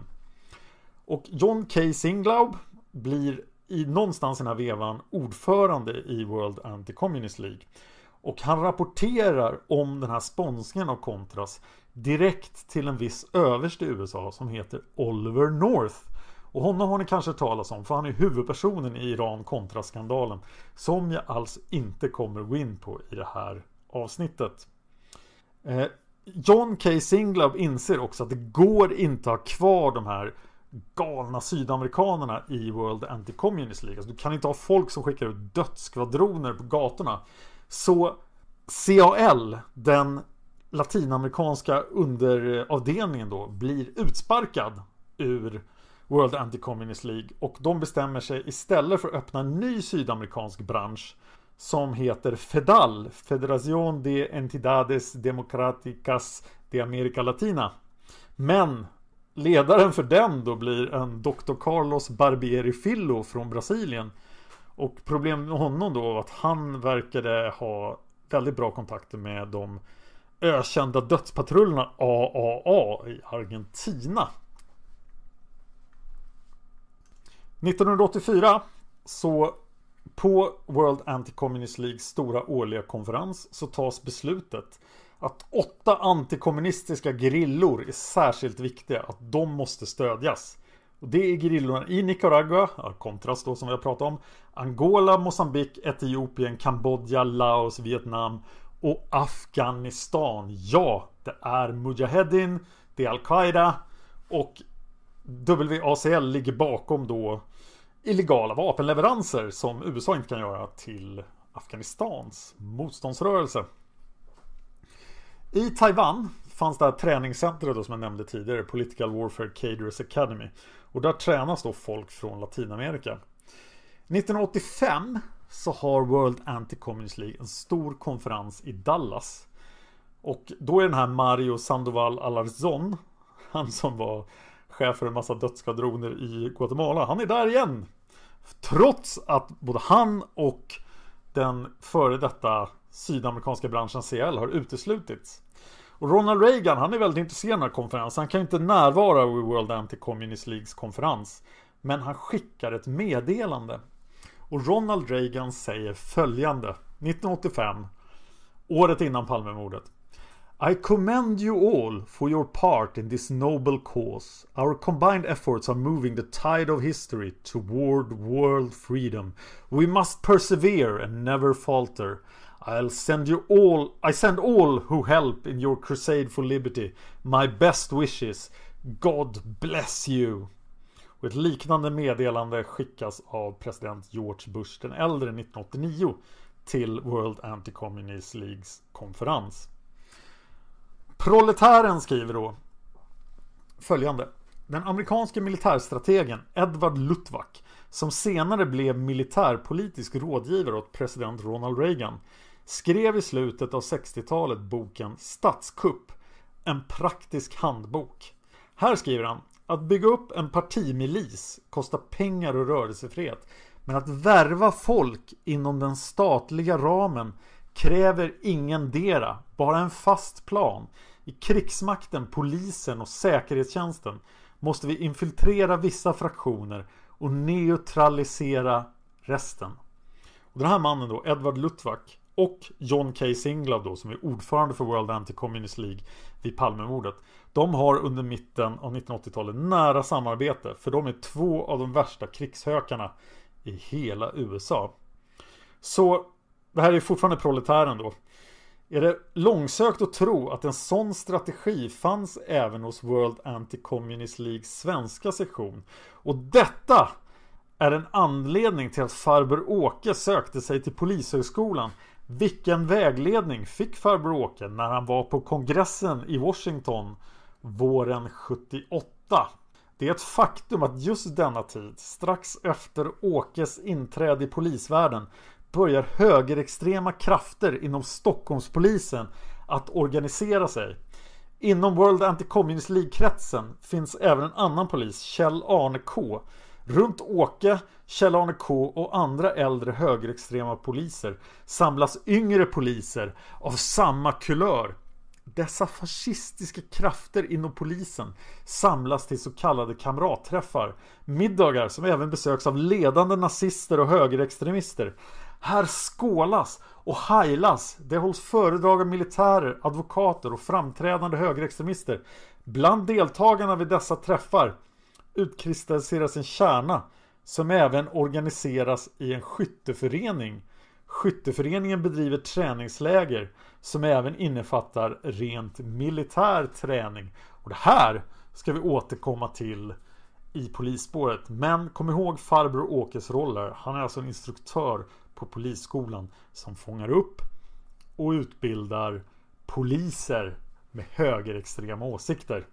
Och John K. Singlaub blir i någonstans i den här vevan ordförande i World Anti-Communist League. Och han rapporterar om den här sponsringen av Contras direkt till en viss överste i U S A som heter Oliver North. Och honom har ni kanske talat om, för han är huvudpersonen i Iran-Contra-skandalen, som jag alls inte kommer gå in på i det här avsnittet. Eh, John K. Singlaub inser också att det går inte att ha kvar de här galna sydamerikanerna i World Anti-Communist League. Alltså, du kan inte ha folk som skickar ut dödsskvadroner på gatorna. Så C A L, den latinamerikanska underavdelningen då blir utsparkad ur World Anti-Communist League, och de bestämmer sig istället för att öppna en ny sydamerikansk bransch som heter FEDAL, Federación de Entidades Democráticas de América Latina. Men ledaren för den då blir en doktor Carlos Barbieri Filho från Brasilien. Och problemet med honom då var att han verkade ha väldigt bra kontakter med de ökända dödspatrullerna A A A i Argentina. nittonhundraåttiofyra så på World Anti-Communist Leagues stora årliga konferens så tas beslutet att åtta antikommunistiska gerillor är särskilt viktiga, att de måste stödjas. Och det är gerillorna i Nicaragua, kontrast då som vi har pratat om, Angola, Mosambik, Etiopien, Kambodja, Laos, Vietnam och Afghanistan. Ja, det är Mujahedin, det är Al-Qaida, och W A C L ligger bakom då illegala vapenleveranser som U S A inte kan göra till Afghanistans motståndsrörelse. I Taiwan fanns det här träningscentret då, som jag nämnde tidigare, Political Warfare Cadres Academy, och där tränas då folk från Latinamerika. nittonhundraåttiofem så har World Anti-Communist League en stor konferens i Dallas, och då är den här Mario Sandoval Alarzón, han som var chef för en massa dödsskvadroner i Guatemala, han är där igen. Trots att både han och den före detta sydamerikanska branschen C L har uteslutits. Och Ronald Reagan, han är väldigt intresserad av den här konferensen. Han kan inte närvara vid World Anti-Communist Leagues konferens, men han skickar ett meddelande. Och Ronald Reagan säger följande nittonhundraåttiofem, året innan Palmemordet: I commend you all for your part in this noble cause. Our combined efforts are moving the tide of history toward world freedom. We must persevere and never falter. I'll send you all, I send all who help in your crusade for liberty my best wishes. God bless you. Och ett liknande meddelande skickas av president George Bush den äldre nittonhundraåttionio till World Anti-Communist Leagues konferens. Proletären skriver då följande: den amerikanske militärstrategen Edward Luttwak, som senare blev militärpolitisk rådgivare åt president Ronald Reagan, skrev i slutet av sextiotalet boken Statskupp, en praktisk handbok. Här skriver han: att bygga upp en partimilis kostar pengar och rörelsefrihet, men att värva folk inom den statliga ramen kräver ingendera, bara en fast plan. I krigsmakten, polisen och säkerhetstjänsten måste vi infiltrera vissa fraktioner och neutralisera resten. Och den här mannen då, Edward Luttwak, och John K. Singlav då, som är ordförande för World Anti-Communist League vid Palmemordet, de har under mitten av nittonhundraåttiotalet nära samarbete, för de är två av de värsta krigshökarna i hela U S A. Så det här är fortfarande proletären då. Är det långsökt att tro att en sån strategi fanns även hos World Anti-Communist Leagues svenska sektion? Och detta är en anledning till att farbror Åke sökte sig till Polishögskolan. Vilken vägledning fick farbror Åke när han var på kongressen i Washington våren sjuttioåtta? Det är ett faktum att just denna tid, strax efter Åkes inträde i polisvärlden, börjar högerextrema krafter inom Stockholmspolisen att organisera sig. Inom World Anti-Communist League-kretsen finns även en annan polis, Kjell Arne K. Runt Åke, Kjell Arne K och andra äldre högerextrema poliser samlas yngre poliser av samma kulör. Dessa fascistiska krafter inom polisen samlas till så kallade kamratträffar, middagar som även besöks av ledande nazister och högerextremister. Här skålas och heilas. Det hålls föredrag av militärer, advokater och framträdande högerextremister. Bland deltagarna vid dessa träffar utkristalliseras en kärna som även organiseras i en skytteförening. Skytteföreningen bedriver träningsläger som även innefattar rent militär träning. Och det här ska vi återkomma till i polisspåret. Men kom ihåg farbror Åkes roller. Han är alltså en instruktör på polisskolan som fångar upp och utbildar poliser med högerextrema åsikter.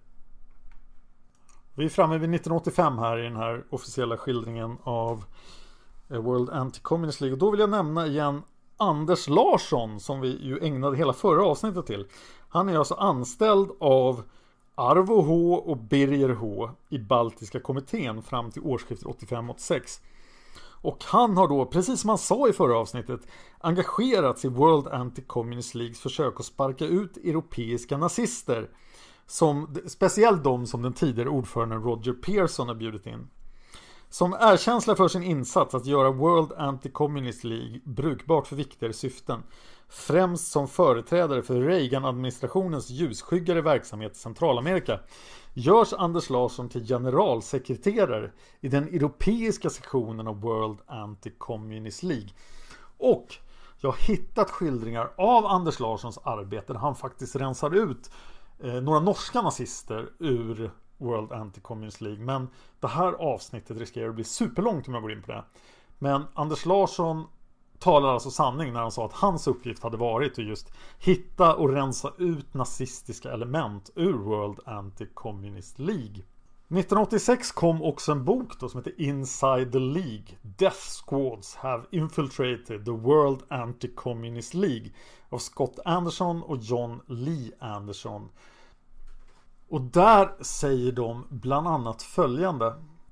Vi är framme vid nittonhundraåttiofem här i den här officiella skildringen av World Anti-Communist League. Och då vill jag nämna igen Anders Larsson, som vi ju ägnade hela förra avsnittet till. Han är alltså anställd av Arvo H och Birger H i Baltiska kommittén fram till årsskiftet åttiofem åttiosex. Och han har då, precis som han sa i förra avsnittet, engagerats i World Anti-Communist Leagues försök att sparka ut europeiska nazister, som, speciellt de som den tidigare ordföranden Roger Pearson har bjudit in. Som erkänsla för sin insats att göra World Anti-Communist League brukbart för viktigare syften, främst som företrädare för Reagan-administrationens ljusskyggare verksamhet i Centralamerika, görs Anders Larsson till generalsekreterare i den europeiska sektionen av World Anti-Communist League. Och jag har hittat skildringar av Anders Larssons arbete där han faktiskt rensar ut eh, några norska nazister ur World Anti-Communist League. Men det här avsnittet riskerar att bli superlångt om jag går in på det. Men Anders Larsson talar alltså sanning när han sa att hans uppgift hade varit att just hitta och rensa ut nazistiska element ur World Anti-Communist League. nittonhundraåttiosex kom också en bok då som heter Inside the League. Death Squads have infiltrated the World Anti-Communist League av Scott Anderson och John Lee Anderson. Och där säger de bland annat följande: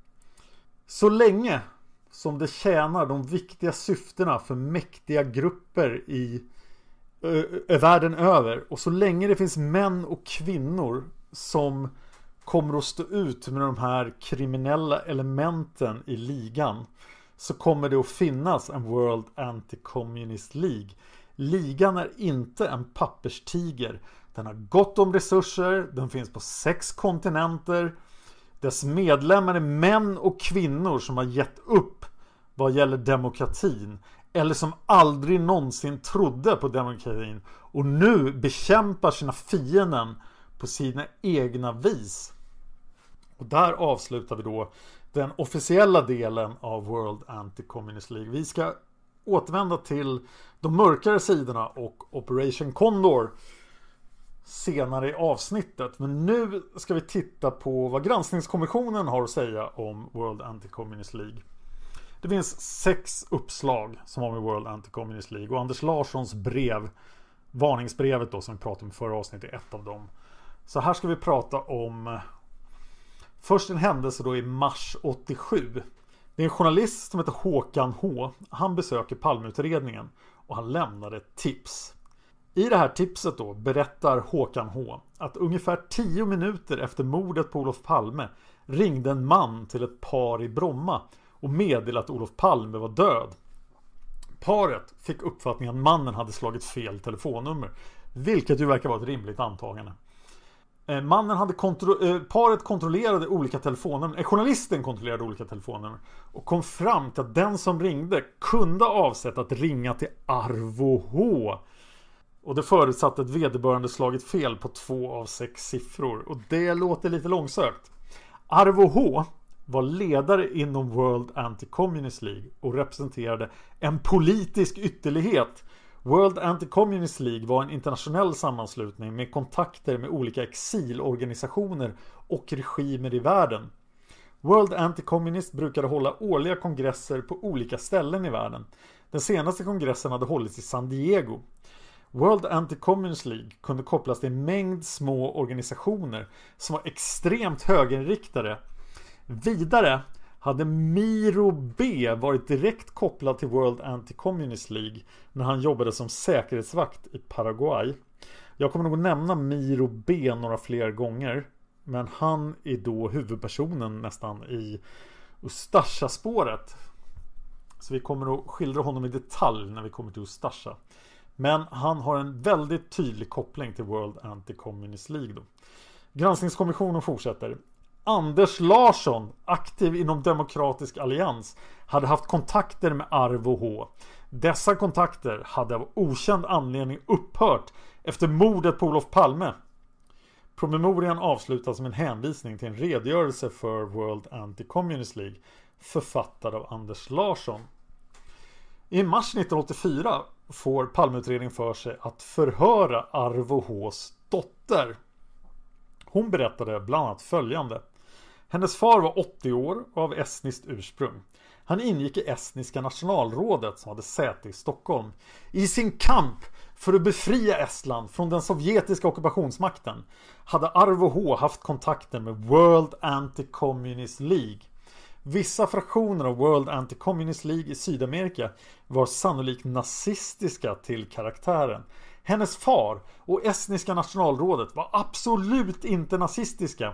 så länge som det tjänar de viktiga syftena för mäktiga grupper i ö, ö, världen över, och så länge det finns män och kvinnor som kommer att stå ut med de här kriminella elementen i ligan, så kommer det att finnas en World Anti-Communist League. Ligan är inte en papperstiger. Den har gott om resurser, den finns på sex kontinenter. Dess medlemmar är män och kvinnor som har gett upp vad gäller demokratin, eller som aldrig någonsin trodde på demokratin och nu bekämpar sina fienden på sina egna vis. Och där avslutar vi då den officiella delen av World Anti-Communist League. Vi ska återvända till de mörkare sidorna och Operation Condor senare i avsnittet. Men nu ska vi titta på vad granskningskommissionen har att säga om World Anti-Communist League. Det finns sex uppslag som har med World Anti-Communist League, och Anders Larssons brev, varningsbrevet då som vi pratade om i förra avsnittet, är ett av dem. Så här ska vi prata om först en händelse då i mars åttiosju. Det är en journalist som heter Håkan H. Han besöker Palmeutredningen och han lämnade ett tips. I det här tipset då berättar Håkan H. att ungefär tio minuter efter mordet på Olof Palme ringde en man till ett par i Bromma och meddelade att Olof Palme var död. Paret fick uppfattningen att mannen hade slagit fel telefonnummer, vilket ju verkar vara ett rimligt antagande. Mannen hade kontro- paret kontrollerade olika telefonnummer, journalisten kontrollerade olika telefonnummer och kom fram till att den som ringde kunde avsett att ringa till Arvo H. Och det förutsatte att vederbörande slagit fel på två av sex siffror. Och det låter lite långsökt. Arvo H var ledare inom World Anti-Communist League och representerade en politisk ytterlighet. World Anti-Communist League var en internationell sammanslutning med kontakter med olika exilorganisationer och regimer i världen. World Anti-Communist brukade hålla årliga kongresser på olika ställen i världen. Den senaste kongressen hade hållits i San Diego. World Anti-Communist League kunde kopplas till en mängd små organisationer som var extremt högerinriktade. Vidare hade Miro B varit direkt kopplad till World Anti-Communist League när han jobbade som säkerhetsvakt i Paraguay. Jag kommer nog att nämna Miro B några fler gånger, men han är då huvudpersonen nästan i Ustasja-spåret. Så vi kommer att skildra honom i detalj när vi kommer till Ustasja. Men han har en väldigt tydlig koppling till World Anti-Communist League då. Granskningskommissionen fortsätter. Anders Larsson, aktiv inom Demokratisk Allians, hade haft kontakter med Arvo H. Dessa kontakter hade av okänd anledning upphört efter mordet på Olof Palme. Promemorian avslutas med en hänvisning till en redogörelse för World Anti-Communist League, författad av Anders Larsson. I mars nittonhundraåttiofyra får Palmeutredningen för sig att förhöra Arvo Hs dotter. Hon berättade bland annat följande. Hennes far var åttio år och av estniskt ursprung. Han ingick i estniska nationalrådet som hade säte i Stockholm. I sin kamp för att befria Estland från den sovjetiska ockupationsmakten hade Arvo H haft kontakter med World Anti-Communist League. Vissa fraktioner av World Anti-Communist League i Sydamerika var sannolikt nazistiska till karaktären. Hennes far och estniska nationalrådet var absolut inte nazistiska.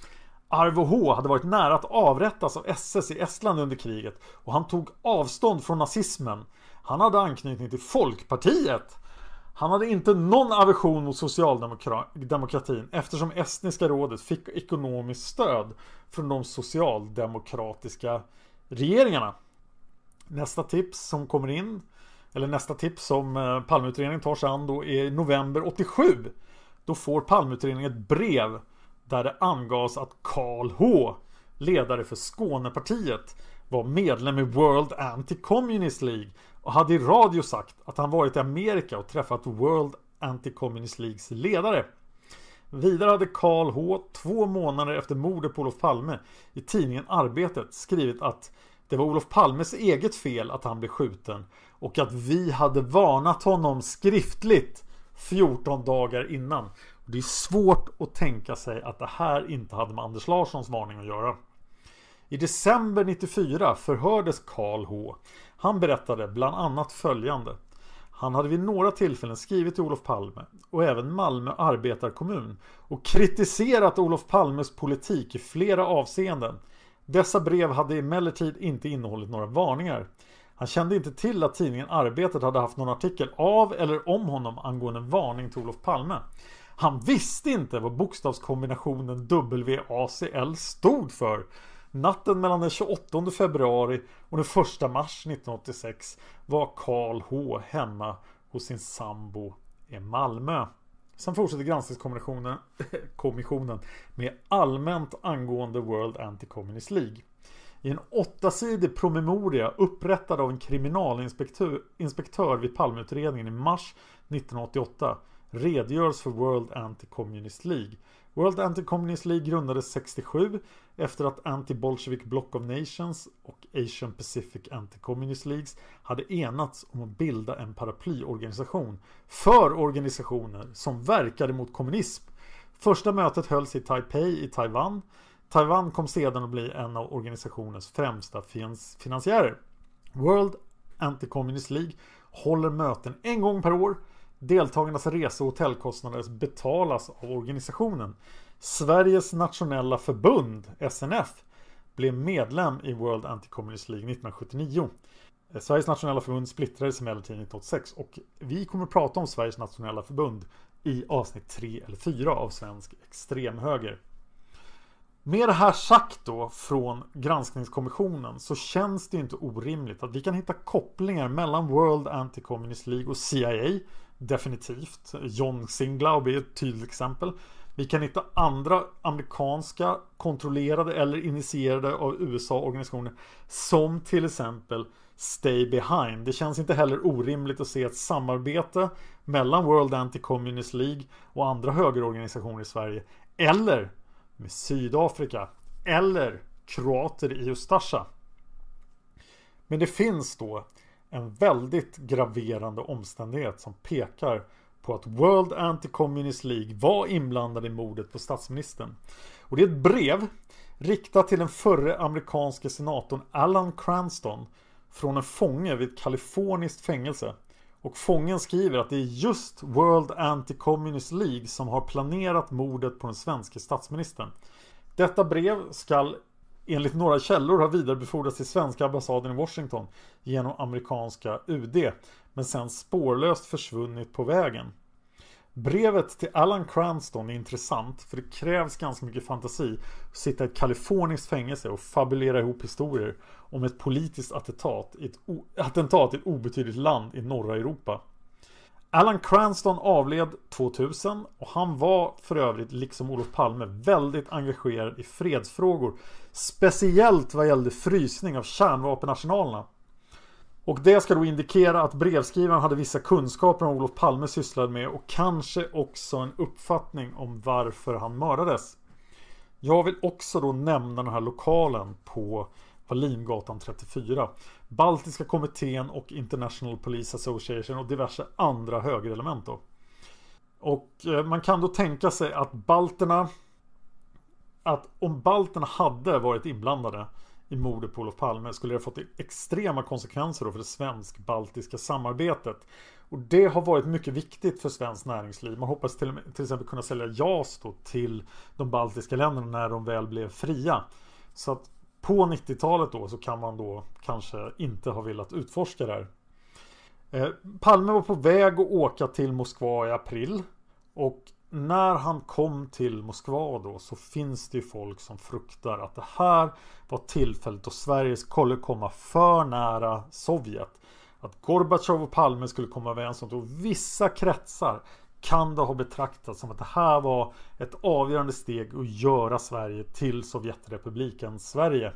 Arvo H hade varit nära att avrättas av S S i Estland under kriget och han tog avstånd från nazismen. Han hade anknytning till Folkpartiet. Han hade inte någon aversion mot socialdemokratin eftersom estniska rådet fick ekonomiskt stöd från de socialdemokratiska regeringarna. Nästa tips som kommer in, eller nästa tips som Palmeutredningen tar sig an då, är november åttiosju. Då får Palmeutredningen ett brev där det angavs att Karl H, ledare för Skånepartiet, var medlem i World Anti-Communist League och hade i radio sagt att han varit i Amerika och träffat World Anti-Communist Leagues ledare. Vidare hade Karl H två månader efter mordet på Olof Palme i tidningen Arbetet skrivit att det var Olof Palmes eget fel att han blev skjuten och att vi hade varnat honom skriftligt fjorton dagar innan. Det är svårt att tänka sig att det här inte hade med Anders Larssons varning att göra. I december nittiofyra förhördes Karl H. Han berättade bland annat följande. Han hade vid några tillfällen skrivit till Olof Palme och även Malmö arbetarkommun och kritiserat Olof Palmes politik i flera avseenden. Dessa brev hade emellertid inte innehållit några varningar. Han kände inte till att tidningen Arbetet hade haft någon artikel av eller om honom angående en varning till Olof Palme. Han visste inte vad bokstavskombinationen W A C L stod för. Natten mellan den tjugoåttonde februari och den första mars nittonhundraåttiosex var Karl H hemma hos sin sambo i Malmö. Sen fortsätter granskningskommissionen kommissionen med allmänt angående World Anti-Communist League. I en åttasidig promemoria upprättad av en kriminalinspektör inspektör vid Palmeutredningen i mars nittonhundraåttioåtta redogörs för World Anti-Communist League. World Anti-Communist League grundades sextiosju efter att Anti-Bolshevik Block of Nations och Asian Pacific Anti-Communist Leagues hade enats om att bilda en paraplyorganisation för organisationer som verkade mot kommunism. Första mötet hölls i Taipei i Taiwan. Taiwan kom sedan att bli en av organisationens främsta finansiärer. World Anti-Communist League håller möten en gång per år. Deltagarnas rese- och hotellkostnader betalas av organisationen. Sveriges nationella förbund, S N F, blev medlem i World Anti-Communist League nittonhundrasjuttionio. Sveriges nationella förbund splittrades emellertid nittonhundraåttiosex och vi kommer att prata om Sveriges nationella förbund i avsnitt tre eller fyra av Svensk extremhöger. Med det här sagt då från granskningskommissionen så känns det inte orimligt att vi kan hitta kopplingar mellan World Anti-Communist League och C I A. Definitivt. John Singlaub är ett tydligt exempel. Vi kan hitta andra amerikanska kontrollerade eller initierade av U S A-organisationer som till exempel Stay Behind. Det känns inte heller orimligt att se ett samarbete mellan World Anti-Communist League och andra högerorganisationer i Sverige eller med Sydafrika eller kroater i Ustasja. Men det finns då en väldigt graverande omständighet som pekar på att World Anti-Communist League var inblandad i mordet på statsministern. Och det är ett brev riktat till den förre amerikanske senatorn Alan Cranston från en fånge vid ett kaliforniskt fängelse. Och fången skriver att det är just World Anti-Communist League som har planerat mordet på den svenska statsministern. Detta brev ska enligt några källor ha vidarebefordrats till svenska ambassaden i Washington genom amerikanska U D, men sen spårlöst försvunnit på vägen. Brevet till Alan Cranston är intressant för det krävs ganska mycket fantasi att sitta i ett kaliforniskt fängelse och fabulera ihop historier om ett politiskt attentat i ett, o- attentat i ett obetydligt land i norra Europa. Alan Cranston avled tvåtusen och han var för övrigt liksom Olof Palme väldigt engagerad i fredsfrågor, speciellt vad gällde frysning av kärnvapenarsenalerna. Och det ska då indikera att brevskrivaren hade vissa kunskaper om Olof Palme sysslade med och kanske också en uppfattning om varför han mördades. Jag vill också då nämna den här lokalen på Wallingatan trettiofyra. Baltiska kommittén och International Police Association och diverse andra högerelement då. Och man kan då tänka sig att balterna att om balterna hade varit inblandade i mordet på Olof Palme skulle det fått extrema konsekvenser då för det svensk-baltiska samarbetet. Och det har varit mycket viktigt för svensk näringsliv. Man hoppas till, till exempel kunna sälja JAS då till de baltiska länderna när de väl blev fria. Så att på nittiotalet då så kan man då kanske inte ha velat utforska det här. Eh, Palme var på väg att åka till Moskva i april. Och när han kom till Moskva då så finns det ju folk som fruktar att det här var tillfället då Sverige skulle komma för nära Sovjet. Att Gorbatjov och Palme skulle komma överens om, och vissa kretsar kan det ha betraktats som att det här var ett avgörande steg att göra Sverige till Sovjetrepubliken Sverige.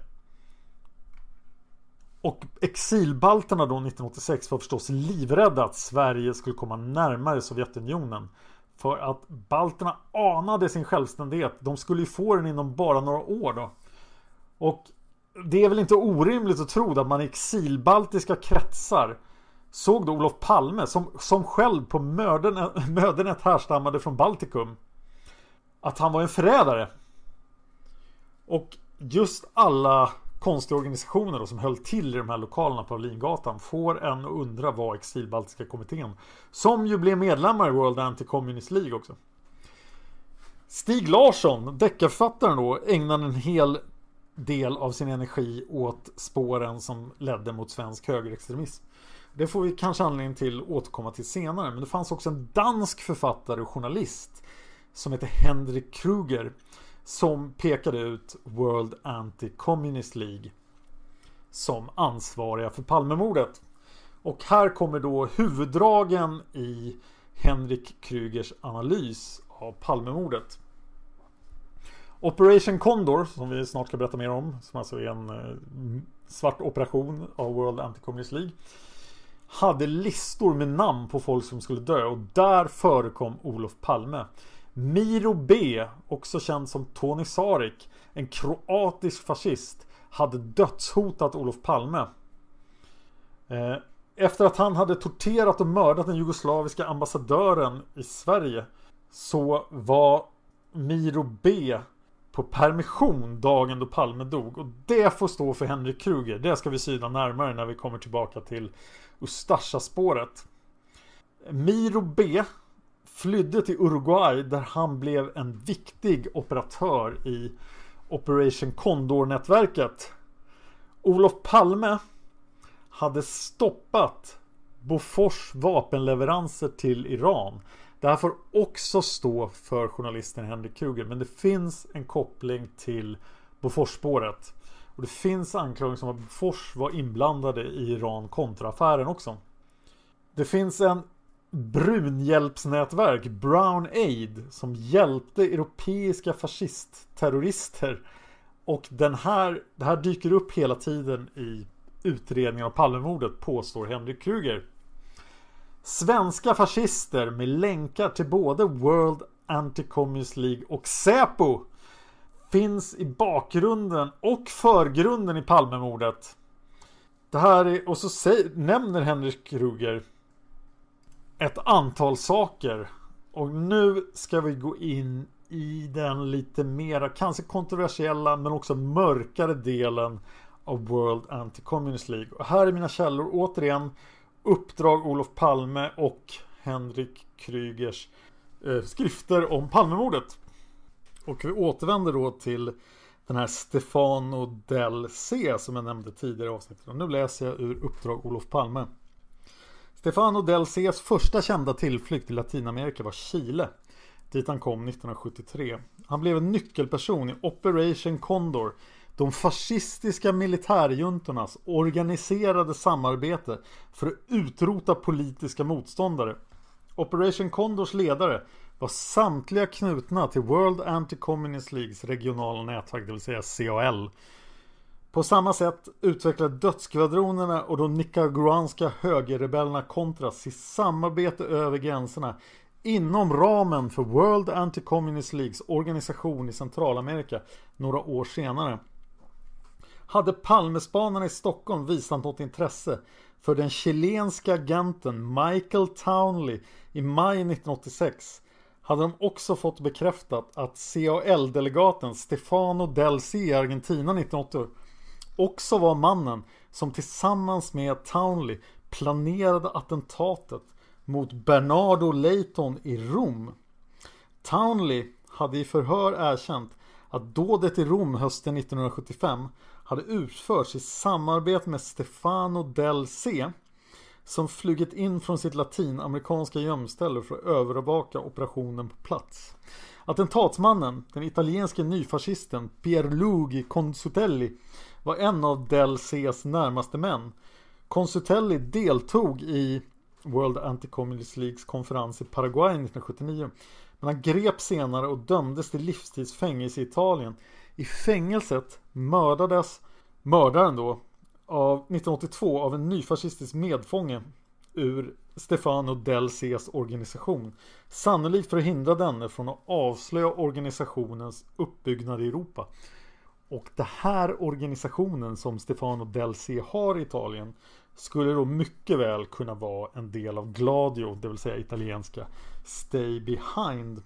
Och exilbalterna då nittonhundraåttiosex var förstås livrädda att Sverige skulle komma närmare Sovjetunionen. För att balterna anade sin självständighet. De skulle ju få den inom bara några år då. Och det är väl inte orimligt att tro att man i exilbaltiska kretsar såg då Olof Palme som, som själv på mödernet härstammade från Baltikum. Att han var en förrädare. Och just alla konstiga organisationer då, som höll till i de här lokalerna på Wallingatan får en att undra vad exilbaltiska kommittén, som ju blev medlemmar i World Anti-Communist League också. Stig Larsson, deckarförfattaren då, ägnade en hel del av sin energi åt spåren som ledde mot svensk högerextremism. Det får vi kanske anledning till att återkomma till senare. Men det fanns också en dansk författare och journalist som heter Henrik Kruger som pekade ut World Anti-Communist League som ansvariga för Palmemordet. Och här kommer då huvuddragen i Henrik Krugers analys av Palmemordet. Operation Condor, som vi snart ska berätta mer om, som alltså är en eh, svart operation av World Anti-Communist League, hade listor med namn på folk som skulle dö, och där förekom Olof Palme. Miro B, också känd som Tony Sarik, en kroatisk fascist, hade dödshotat Olof Palme. Eh, efter att han hade torterat och mördat den jugoslaviska ambassadören i Sverige så var Miro B på permission dagen då Palme dog. Och det får stå för Henrik Kruger. Det ska vi syna närmare när vi kommer tillbaka till Ustasja-spåret. Miro B flydde till Uruguay där han blev en viktig operatör i Operation Condor-nätverket. Olof Palme hade stoppat Bofors vapenleveranser till Iran. Det här får också stå för journalisten Henrik Kruger, men det finns en koppling till Boforsspåret. Och det finns anklagelser om att Bofors var inblandade i Iran-kontraaffären också. Det finns en brunhjälpsnätverk, Brown Aid, som hjälpte europeiska fascistterrorister. Och den här, det här dyker upp hela tiden i utredningen av Palmemordet, påstår Henrik Kruger. Svenska fascister med länkar till både World Anti-Communist League och Säpo finns i bakgrunden och förgrunden i Palmemordet. Det här är, och så säger, nämner Henrik Kruger ett antal saker. Och nu ska vi gå in i den lite mera kanske kontroversiella men också mörkare delen av World Anti-Communist League. Och här är mina källor återigen: Uppdrag Olof Palme och Henrik Krugers eh, skrifter om Palmemordet. Och vi återvänder då till den här Stefano Del C som jag nämnde tidigare i avsnittet. Och nu läser jag ur Uppdrag Olof Palme. Stefano Del Cs första kända tillflykt till Latinamerika var Chile, dit han kom nittonhundrasjuttiotre. Han blev en nyckelperson i Operation Condor, de fascistiska militärjuntornas organiserade samarbete för att utrota politiska motståndare. Operation Condors ledare var samtliga knutna till World Anti-Communist Leagues regionala nätverk, det vill säga C A L. På samma sätt utvecklade dödsskvadronerna och de nicaraguanska högerrebellerna Contras i samarbete över gränserna inom ramen för World Anti-Communist Leagues organisation i Centralamerika några år senare. Hade Palmespanarna i Stockholm visat något intresse för den chilenska agenten Michael Townley i maj nittonhundraåttiosex hade de också fått bekräftat att C A L-delegaten Stefano Del C i Argentina nittonhundraåttio också var mannen som tillsammans med Townley planerade attentatet mot Bernardo Leighton i Rom. Townley hade i förhör erkänt att dådet i Rom hösten nittonhundrasjuttiofem hade utförts i samarbete med Stefano Del C, som flugit in från sitt latinamerikanska gömställe för att övervaka operationen på plats. Attentatsmannen, den italienske nyfascisten Pierluigi Consutelli, var en av Del C's närmaste män. Consutelli deltog i World Anti-Communist Leagues konferens i Paraguay nittonhundrasjuttionio, men han greps senare och dömdes till livstidsfängelse i Italien. I fängelset mördades mördaren då av nittonhundraåttiotvå av en nyfascistisk medfånge ur Stefano Del C's organisation, sannolikt för att hindra denne från att avslöja organisationens uppbyggnad i Europa. Och det här organisationen som Stefano Del C har i Italien skulle då mycket väl kunna vara en del av Gladio, det vill säga italienska Stay Behind.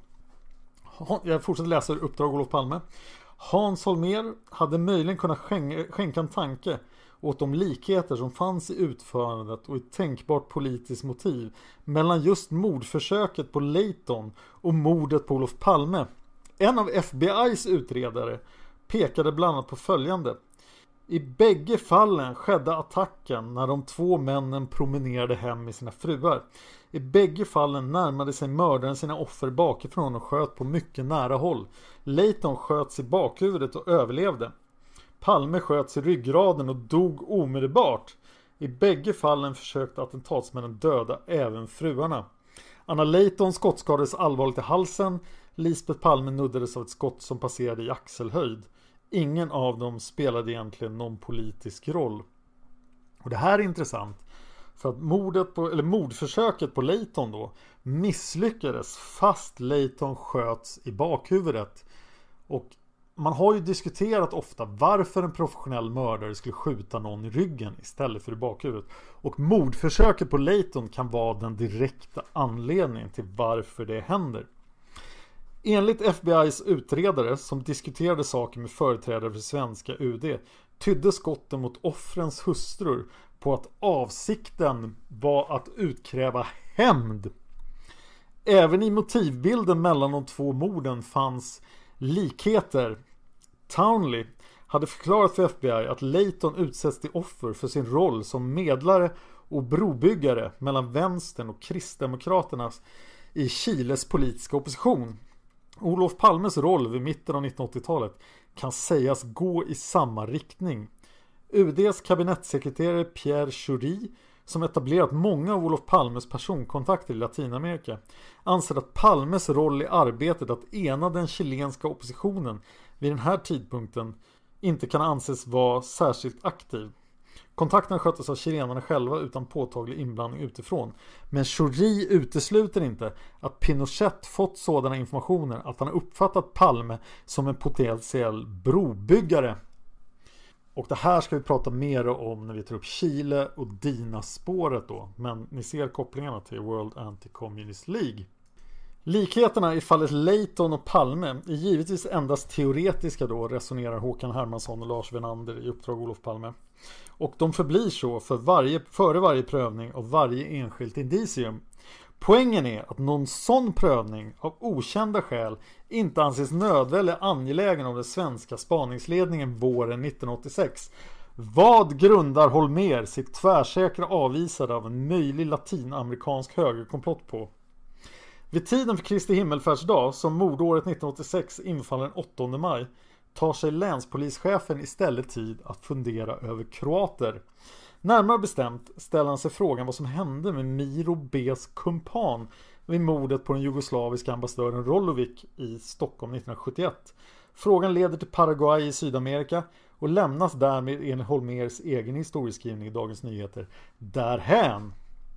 Jag fortsätter läsa ur Uppdrag Olof Palme. Hans Holmér hade möjligen kunnat skänka en tanke åt de likheter som fanns i utförandet och ett tänkbart politiskt motiv mellan just mordförsöket på Leighton och mordet på Olof Palme. En av F B I:s utredare pekade bland annat på följande. I bägge fallen skedde attacken när de två männen promenerade hem med sina fruar. I bägge fallen närmade sig mördaren sina offer bakifrån och sköt på mycket nära håll. Leighton sköts i bakhuvudet och överlevde. Palme sköts i ryggraden och dog omedelbart. I bägge fallen försökte attentatsmännen döda även fruarna. Anna Leighton skottskadades allvarligt i halsen. Lisbeth Palme nuddades av ett skott som passerade i axelhöjd. Ingen av dem spelade egentligen någon politisk roll. Och det här är intressant, för att mordet på, eller mordförsöket på Leighton då misslyckades fast Leighton sköts i bakhuvudet. Och man har ju diskuterat ofta varför en professionell mördare skulle skjuta någon i ryggen istället för i bakhuvudet. Och mordförsöket på Leighton kan vara den direkta anledningen till varför det händer. Enligt F B I:s utredare som diskuterade saker med företrädare för svenska U D tydde skotten mot offrens hustrur på att avsikten var att utkräva hämnd. Även i motivbilden mellan de två morden fanns likheter. Townley hade förklarat för F B I att Leighton utsätts till offer för sin roll som medlare och brobyggare mellan vänstern och kristdemokraternas i Chiles politiska opposition. Olof Palmes roll vid mitten av nittonhundraåttiotalet kan sägas gå i samma riktning. U D:s kabinettssekreterare Pierre Schori, som etablerat många av Olof Palmes personkontakter i Latinamerika, anser att Palmes roll i arbetet att ena den chilenska oppositionen vid den här tidpunkten inte kan anses vara särskilt aktiv. Kontakterna sköttes av chilenarna själva utan påtaglig inblandning utifrån. Men Schori utesluter inte att Pinochet fått sådana informationer att han har uppfattat Palme som en potentiell brobyggare. Och det här ska vi prata mer om när vi tar upp Chile och Dina-spåret då. Men ni ser kopplingarna till World Anti-Communist League. Likheterna i fallet Leighton och Palme är givetvis endast teoretiska då, resonerar Håkan Hermansson och Lars Wenander i Uppdrag Olof Palme. Och de förblir så för varje, före varje prövning av varje enskilt indicium. Poängen är att någon sån prövning av okända skäl inte anses nödvändig eller angelägen av den svenska spaningsledningen våren nittonhundraåttiosex. Vad grundar Holmér sitt tvärsäkra avvisade av en möjlig latinamerikansk högerkomplott på? Vid tiden för Kristi himmelfärdsdag, som mordåret nittonhundraåttiosex infaller den åttonde maj, tar sig länspolischefen istället tid att fundera över kroater. Närmare bestämt ställer han sig frågan vad som hände med Miro B's kumpan vid mordet på den jugoslaviska ambassadören Rolovic i Stockholm nittonhundrasjuttioett. Frågan leder till Paraguay i Sydamerika och lämnas därmed enligt Holmérs egen historieskrivning i Dagens Nyheter därhän.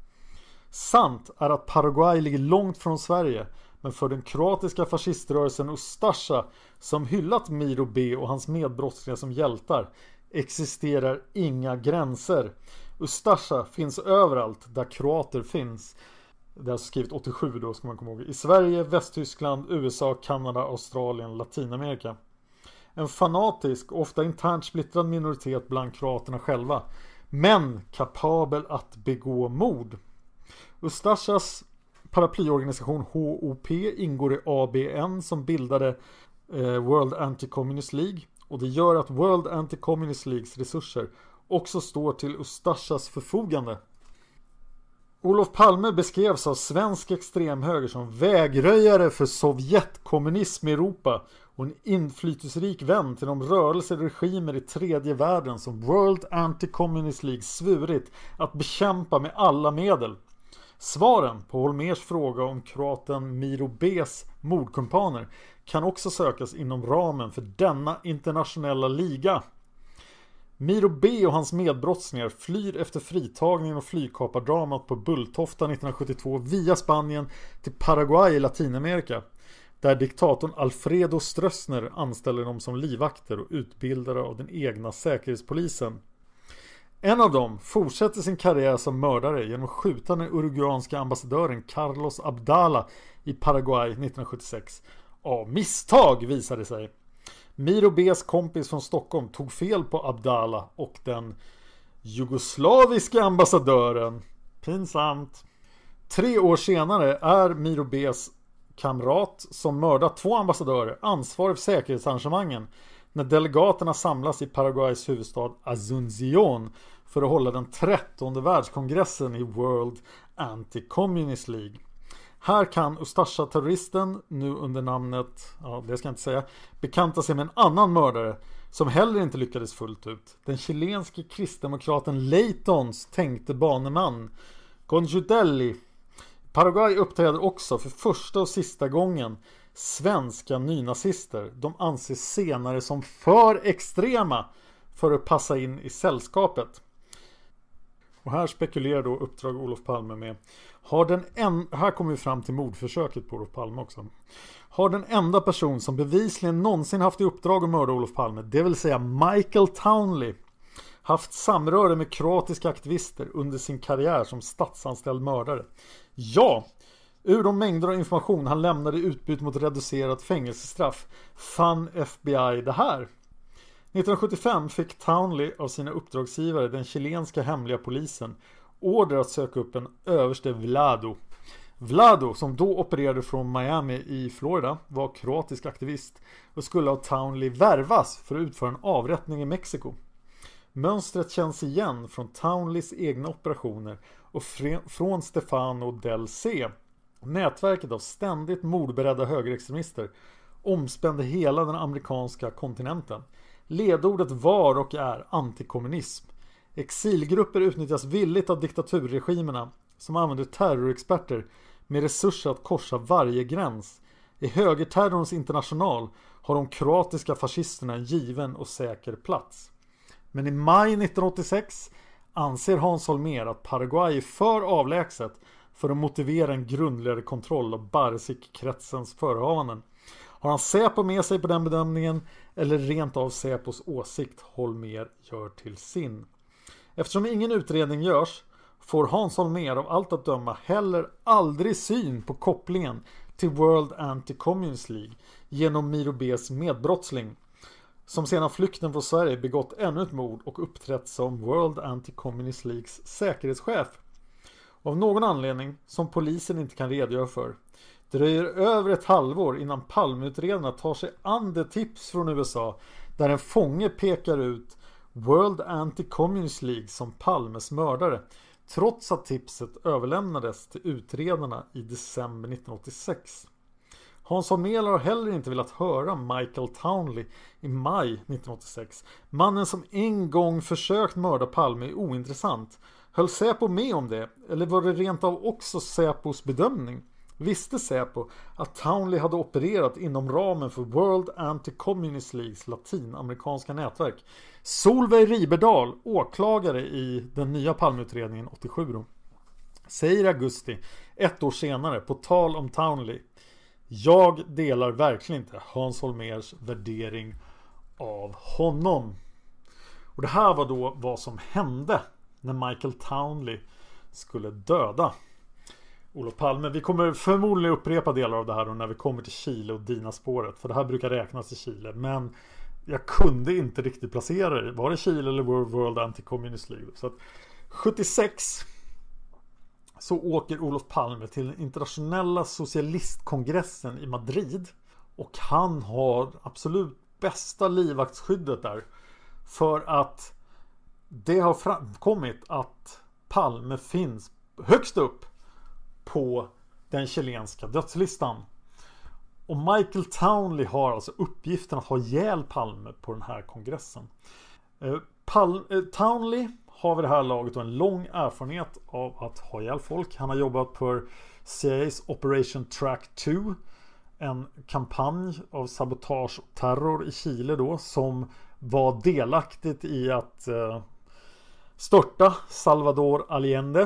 Sant är att Paraguay ligger långt från Sverige, men för den kroatiska fasciströrelsen Ustasja, som hyllat Miro B och hans medbrottslingar som hjältar, existerar inga gränser. Ustasja finns överallt där kroater finns. Det har skrivit åttiosju då, ska man komma ihåg. I Sverige, Västtyskland, U S A, Kanada, Australien, Latinamerika. En fanatisk, ofta internt splittrad minoritet bland kroaterna själva, men kapabel att begå mord. Ustasjas paraplyorganisation H O P ingår i A B N som bildade eh, World Anti-Communist League, och det gör att World Anti-Communist Leagues resurser också står till Ustasjas förfogande. Olof Palme beskrevs av svensk extremhöger som vägröjare för Sovjetkommunism i Europa och en inflytelserik vän till de rörelser och regimer i tredje världen som World Anti-Communist League svurit att bekämpa med alla medel. Svaren på Holmérs fråga om kroaten Miro B's mordkumpaner kan också sökas inom ramen för denna internationella liga. Miro B och hans medbrottslingar flyr efter fritagningen och flygkapardramat på Bulltofta nittonhundrasjuttiotvå via Spanien till Paraguay i Latinamerika, där diktatorn Alfredo Stroessner anställer dem som livvakter och utbildare av den egna säkerhetspolisen. En av dem fortsätter sin karriär som mördare genom att skjuta den uruguayanska ambassadören Carlos Abdala i Paraguay nittonhundrasjuttiosex. Av misstag, visade sig. Miro B's kompis från Stockholm tog fel på Abdala och den jugoslaviska ambassadören. Pinsamt. Tre år senare är Miro B's kamrat som mördat två ambassadörer ansvarig för säkerhetsarrangemangen när delegaterna samlas i Paraguays huvudstad Asunción för att hålla den trettonde världskongressen i World Anti-Communist League. Här kan Ustasja-terroristen, nu under namnet, ja det ska jag inte säga, bekanta sig med en annan mördare som heller inte lyckades fullt ut. Den chilenske kristdemokraten Leitons tänkte baneman Conjutelli. Paraguay uppträder också för första och sista gången svenska nynazister. De anses senare som för extrema för att passa in i sällskapet. Och här spekulerar då Uppdrag Olof Palme med har den en, här kommer vi fram till mordförsöket på Olof Palme också. Har den enda person som bevisligen någonsin haft i uppdrag att mörda Olof Palme, det vill säga Michael Townley, haft samröre med kroatiska aktivister under sin karriär som statsanställd mördare? Ja, ur de mängder av information han lämnade i utbyte mot reducerat fängelsestraff fann F B I det här. nittonhundrasjuttiofem fick Townley av sina uppdragsgivare, den chilenska hemliga polisen, order att söka upp en överste Vlado. Vlado, som då opererade från Miami i Florida, var kroatisk aktivist och skulle av Townley värvas för att utföra en avrättning i Mexiko. Mönstret känns igen från Townleys egna operationer och från Stefano Del C. Nätverket av ständigt mordberedda högerextremister omspände hela den amerikanska kontinenten. Ledordet var och är antikommunism. Exilgrupper utnyttjas villigt av diktaturregimerna som använder terrorexperter med resurser att korsa varje gräns. I högerterrorns international har de kroatiska fascisterna en given och säker plats. Men i maj nittonhundraåttiosex anser Hans Holmér att Paraguay är för avlägset för att motivera en grundligare kontroll av Barzik-kretsens förehavanden. Har han Säpo med sig på den bedömningen eller rent av Säpos åsikt Holmér gör till sin? Eftersom ingen utredning görs får Hans Holmér av allt att döma heller aldrig syn på kopplingen till World Anti-Communist League genom Miro B's medbrottsling, som sedan flykten från Sverige begått ännu ett mord och uppträtt som World Anti-Communist Leagues säkerhetschef. Av någon anledning som polisen inte kan redogöra för dröjer över ett halvår innan Palmeutredarna tar sig an det tips från U S A där en fånge pekar ut World Anti-Communist League som Palmes mördare, trots att tipset överlämnades till utredarna i december nittonhundraåttiosex. Hans Holmér har heller inte velat höra Michael Townley i maj nittonhundraåttiosex. Mannen som en gång försökt mörda Palme är ointressant. Höll Säpo med om det? Eller var det rent av också Säpos bedömning? visste Säpo att Townley hade opererat inom ramen för World Anti-Communist Leagues latinamerikanska nätverk. Solveig Riberdahl, åklagare i den nya Palmeutredningen åttiosju då, säger i augusti, ett år senare, på tal om Townley: jag delar verkligen inte Hans Holmérs värdering av honom. Och det här var då vad som hände när Michael Townley skulle döda Olof Palme. Vi kommer förmodligen upprepa delar av det här då när vi kommer till Chile och Dina-spåret, för det här brukar räknas i Chile, men jag kunde inte riktigt placera det. Var det Chile eller World Anti-Communist League? Så att sjuttiosex så åker Olof Palme till den internationella socialistkongressen i Madrid, och han har absolut bästa livvaktsskyddet där, för att det har framkommit att Palme finns högst upp på den chilenska dödslistan. Och Michael Townley har alltså uppgiften att ha ihjäl Palme på den här kongressen. Pal- Townley har vid det här laget en lång erfarenhet av att ha ihjäl folk. Han har jobbat för C I A:s Operation Track två, en kampanj av sabotage och terror i Chile då, som var delaktigt i att eh, störta Salvador Allende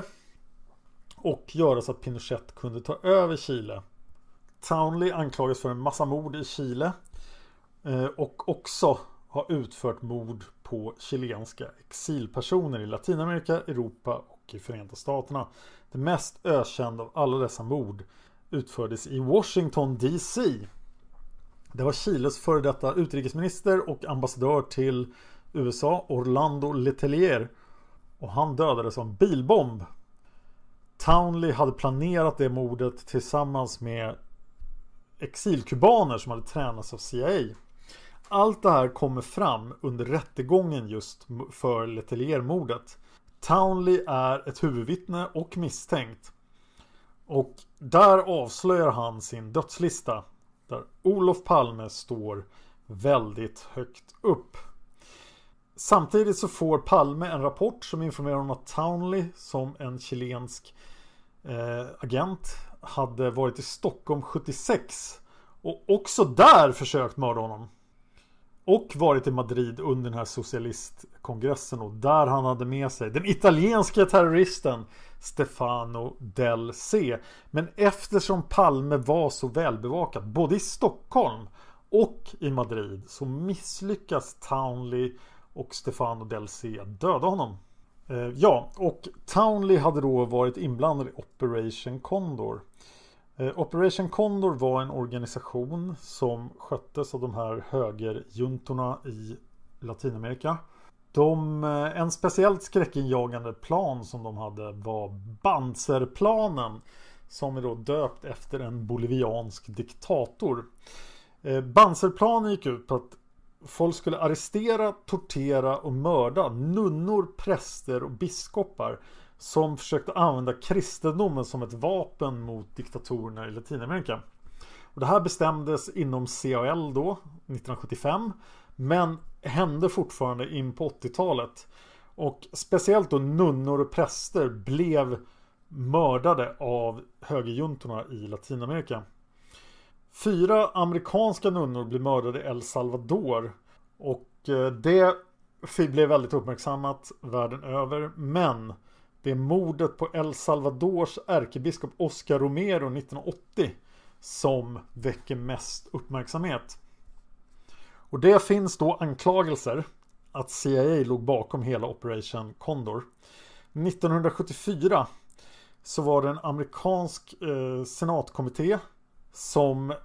och göra så att Pinochet kunde ta över Chile. Townley anklagas för en massa mord i Chile eh, och också har utfört mord på chilenska exilpersoner i Latinamerika, Europa och i Förenta Staterna. Det mest ökända av alla dessa mord utfördes i Washington D C. Det var Chiles före detta utrikesminister och ambassadör till U S A, Orlando Letelier, och han dödades av en bilbomb. Townley hade planerat det mordet tillsammans med exilkubaner som hade tränats av C I A. Allt det här kommer fram under rättegången just för Letelier-mordet. Townley är ett huvudvittne och misstänkt. Och där avslöjar han sin dödslista, där Olof Palme står väldigt högt upp. Samtidigt så får Palme en rapport som informerar om att Townley, som en chilensk eh, agent, hade varit i Stockholm sjuttiosex och också där försökt mörda honom. Och varit i Madrid under den här socialistkongressen, och där han hade med sig den italienska terroristen Stefano Del C. Men eftersom Palme var så välbevakad både i Stockholm och i Madrid, så misslyckas Townley och Stefano Del C döda honom. Eh, ja, och Townley hade då varit inblandad i Operation Condor. Eh, Operation Condor var en organisation som sköttes av de här högerjuntorna i Latinamerika. De, eh, en speciellt skräckinjagande plan som de hade var Banzerplanen, som är då döpt efter en boliviansk diktator. Eh, Banzerplanen gick ut på att folk skulle arrestera, tortera och mörda nunnor, präster och biskopar som försökte använda kristendomen som ett vapen mot diktatorerna i Latinamerika. Och det här bestämdes inom C A L då, nittonhundrasjuttiofem, men hände fortfarande in på åttiotalet. Och speciellt då nunnor och präster blev mördade av högerjuntorna i Latinamerika. Fyra amerikanska nunnor blev mördade i El Salvador, och det blev väldigt uppmärksammat världen över. Men det är mordet på El Salvadors ärkebiskop Oscar Romero nittonhundraåttio som väcker mest uppmärksamhet. Och det finns då anklagelser att C I A låg bakom hela Operation Condor. nittonhundrasjuttiofyra så var det en amerikansk eh, senatkommitté som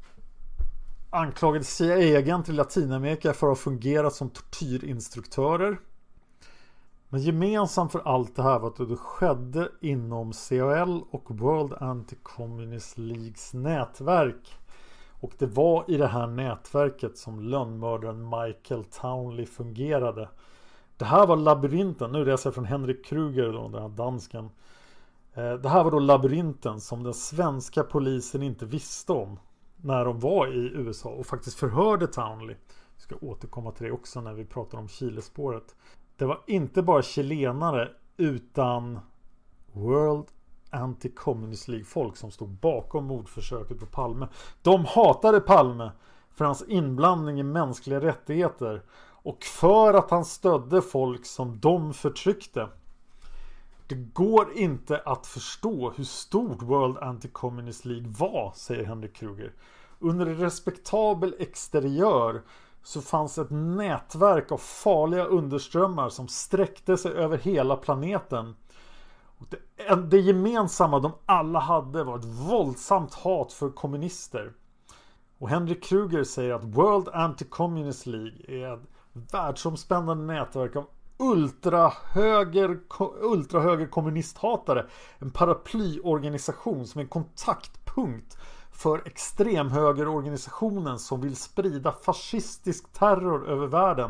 anklagade C I A-agenter i Latinamerika för att ha fungerat som tortyrinstruktörer. Men gemensamt för allt det här var att det skedde inom C A L och World Anti-Communist Leagues nätverk. Och det var i det här nätverket som lönnmördaren Michael Townley fungerade. Det här var labyrinten, nu reser jag från Henrik Kruger då, den här dansken. Det här var då labyrinten som den svenska polisen inte visste om när de var i U S A och faktiskt förhörde Townley. Vi ska återkomma till det också när vi pratar om Chilespåret. Det var inte bara chilenare utan World Anti-Communist League-folk som stod bakom mordförsöket på Palme. De hatade Palme för hans inblandning i mänskliga rättigheter och för att han stödde folk som de förtryckte. Det går inte att förstå hur stort World Anti-Communist League var, säger Henrik Kruger. Under en respektabel exteriör så fanns ett nätverk av farliga underströmmar som sträckte sig över hela planeten. Och det, det gemensamma de alla hade var ett våldsamt hat för kommunister. Och Henrik Kruger säger att World Anti-Communist League är ett världsomspännande nätverk av ultrahöger, ultrahöger kommunisthatare. En paraplyorganisation som är en kontaktpunkt för extremhögerorganisationen som vill sprida fascistisk terror över världen.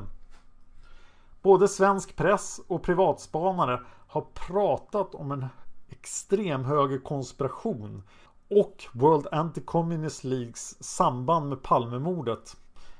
Både svensk press och privatspanare har pratat om en extremhögerkonspiration och World Anti-Communist Leagues samband med Palmemordet.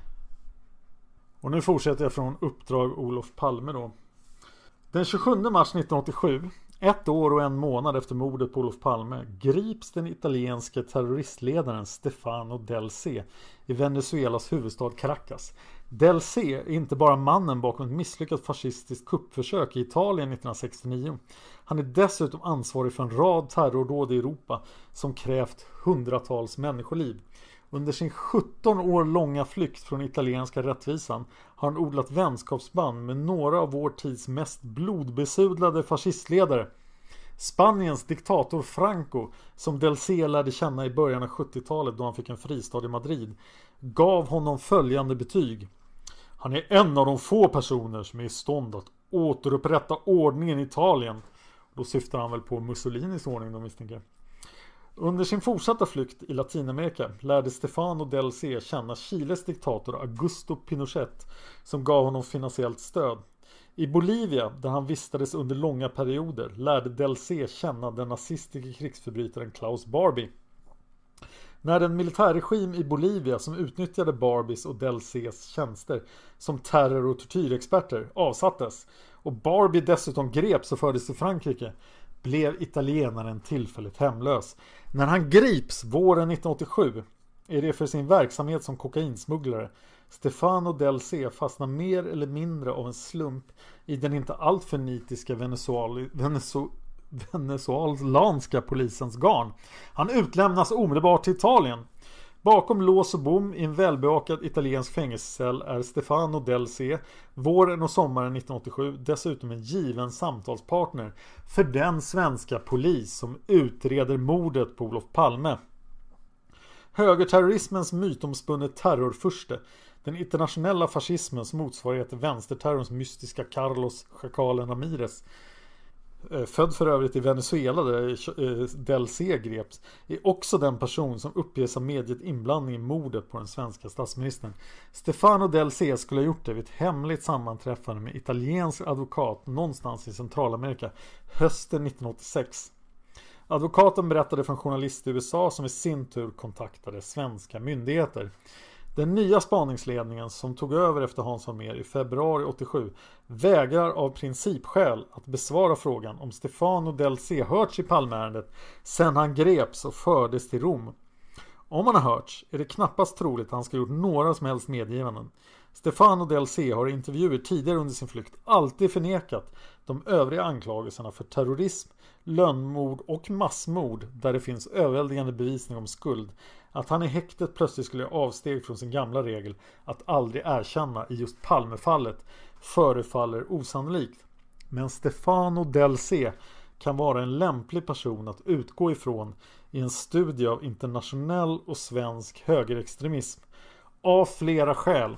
Och nu fortsätter jag från Uppdrag Olof Palme då. Den tjugosjunde mars nittonhundraåttiosju, ett år och en månad efter mordet på Olof Palme, grips den italienske terroristledaren Stefano Del C i Venezuelas huvudstad Caracas. Del C är inte bara mannen bakom ett misslyckat fascistiskt kuppförsök i Italien nittonhundrasextionio. Han är dessutom ansvarig för en rad terrordåd i Europa som krävt hundratals människoliv. Under sin sjutton år långa flykt från italienska rättvisan har han odlat vänskapsband med några av vår tids mest blodbesudlade fascistledare. Spaniens diktator Franco, som Del C lärde känna i början av sjuttiotalet då han fick en fristad i Madrid, gav honom följande betyg. Han är en av de få personer som är i stånd att återupprätta ordningen i Italien. Då syftar han väl på Mussolinis ordning då, misstänker jag. Under sin fortsatta flykt i Latinamerika lärde Stefano Del C känna Chiles diktator Augusto Pinochet som gav honom finansiellt stöd. I Bolivia, där han vistades under långa perioder, lärde Del C känna den nazistiska krigsförbrytaren Klaus Barbie. När den militärregim i Bolivia som utnyttjade Barbies och Del C's tjänster som terror- och tortyrexperter avsattes och Barbie dessutom greps och fördes till Frankrike, blev italienaren tillfälligt hemlös. När han grips våren nittonhundraåttiosju är det för sin verksamhet som kokainsmugglare. Stefano Del C fastnar mer eller mindre av en slump i den inte alltför nitiska Venezuel- Venezu- venezuelanska polisens garn. Han utlämnas omedelbart till Italien. Bakom lås och bom i en välbevakad italiensk fängelsecell är Stefano Del C våren och sommaren nittonhundraåttiosju dessutom en given samtalspartner för den svenska polis som utreder mordet på Olof Palme. Högerterrorismens mytomspunne terrorfurste, den internationella fascismens motsvarighet till vänsterterrorns mystiska Carlos Chacalen Ramirez, född för övrigt i Venezuela där Del C greps, är också den person som uppges ha medgett inblandning i mordet på den svenska statsministern. Stefano Del C skulle ha gjort det vid ett hemligt sammanträffande med italiensk advokat någonstans i Centralamerika hösten nittonhundraåttiosex. Advokaten berättade för en journalist i U S A som i sin tur kontaktade svenska myndigheter. Den nya spaningsledningen som tog över efter Hans Holmér i februari åttiosju vägrar av principskäl att besvara frågan om Stefano Del C hörts i Palmeärendet sedan han greps och fördes till Rom. Om han har hörts är det knappast troligt att han ska ha gjort några som helst medgivanden. Stefano Del C har i intervjuer tidigare under sin flykt alltid förnekat de övriga anklagelserna för terrorism, lönnmord och massmord där det finns överväldigande bevisning om skuld. Att han i häktet plötsligt skulle ha avsteg från sin gamla regel att aldrig erkänna i just Palmefallet förefaller osannolikt. Men Stefano Del C kan vara en lämplig person att utgå ifrån i en studie av internationell och svensk högerextremism av flera skäl.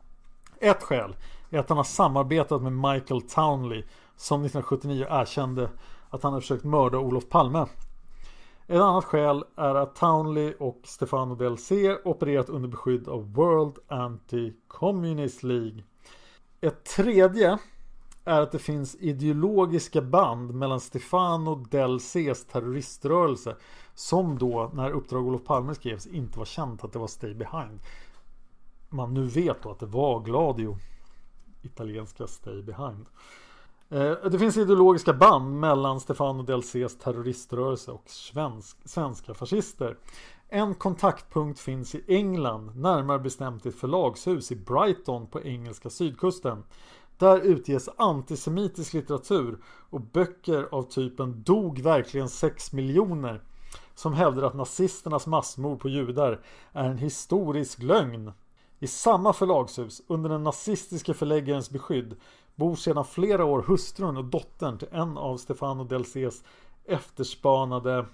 Ett skäl är att han har samarbetat med Michael Townley som nittonhundrasjuttionio erkände att han har försökt mörda Olof Palme. Ett annat skäl är att Townley och Stefano Del C opererat under beskydd av World Anti-Communist League. Ett tredje är att det finns ideologiska band mellan Stefano Del C's terroriströrelse som då, när Uppdrag Olof Palme skrevs, inte var känt att det var Stay Behind. Man nu vet då att det var Gladio, italienska Stay Behind. Det finns ideologiska band mellan Stefano Del Ses terroriströrelse och svensk, svenska fascister. En kontaktpunkt finns i England, närmare bestämt i ett förlagshus i Brighton på engelska sydkusten. Där utges antisemitisk litteratur och böcker av typen Dog verkligen sex miljoner, som hävdar att nazisternas massmord på judar är en historisk lögn. I samma förlagshus, under den nazistiska förläggarens beskydd, bor sedan flera år hustrun och dottern till en av Stefano Del Ses efterspanade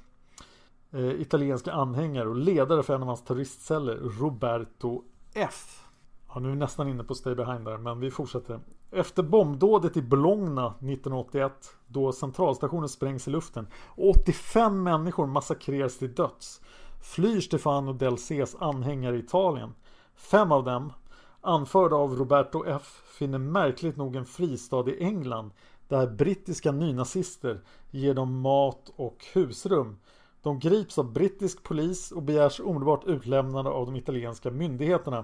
eh, italienska anhängare och ledare för en av hans terroristceller, Roberto F. Ja, nu är vi nästan inne på Stay Behind där, men vi fortsätter. Efter bombdådet i Bologna nittonhundraåttioett, då centralstationen sprängs i luften och åttiofem människor massakreras till döds, flyr Stefano Del Ses anhängare i Italien. Fem av dem, anförda av Roberto F, finner märkligt nog en fristad i England, där brittiska nynazister ger dem mat och husrum. De grips av brittisk polis och begärs omedelbart utlämnade av de italienska myndigheterna.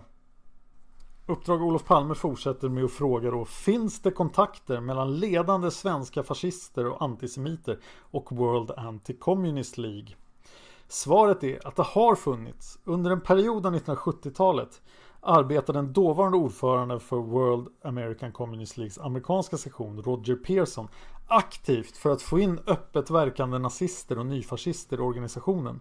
Uppdrag Olof Palme fortsätter med att fråga då: finns det kontakter mellan ledande svenska fascister och antisemiter och World Anti-Communist League? Svaret är att det har funnits. Under en period av nittonhundrasjuttiotalet arbetade den dåvarande ordförande för World American Communist Leagues amerikanska sektion, Roger Pearson, aktivt för att få in öppet verkande nazister och nyfascister i organisationen.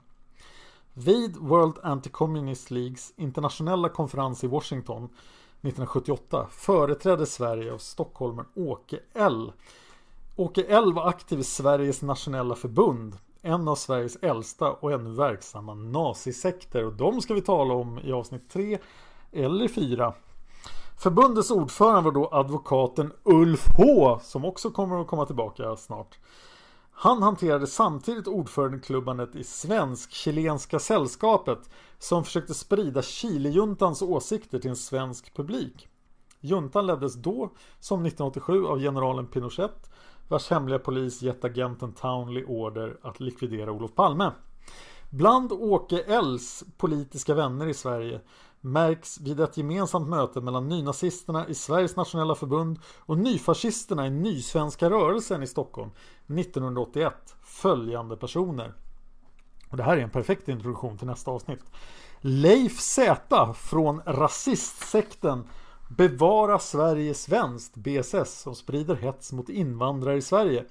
Vid World Anti-Communist Leagues internationella konferens i Washington nittonhundrasjuttioåtta företrädde Sverige av stockholmaren Åke L. Åke L var aktiv i Sveriges nationella förbund, en av Sveriges äldsta och ännu verksamma nazisekter, och de ska vi tala om i avsnitt tre eller fyra. Förbundets ordförande var då advokaten Ulf H, som också kommer att komma tillbaka snart. Han hanterade samtidigt ordförandeklubbandet i Svensk-Chilenska sällskapet, som försökte sprida Chile-juntans åsikter till en svensk publik. Juntan leddes då, som nittonhundraåttiosju, av generalen Pinochet, vars hemliga polis gett agenten Townley order att likvidera Olof Palme. Bland Åke Ls politiska vänner i Sverige märks vid ett gemensamt möte mellan nynazisterna i Sveriges nationella förbund och nyfascisterna i Nysvenska rörelsen i Stockholm nittonhundraåttioett följande personer. Och det här är en perfekt introduktion till nästa avsnitt. Leif Z från rasistsekten Bevara Sverige Svenskt, B S S, som sprider hets mot invandrare i Sverige.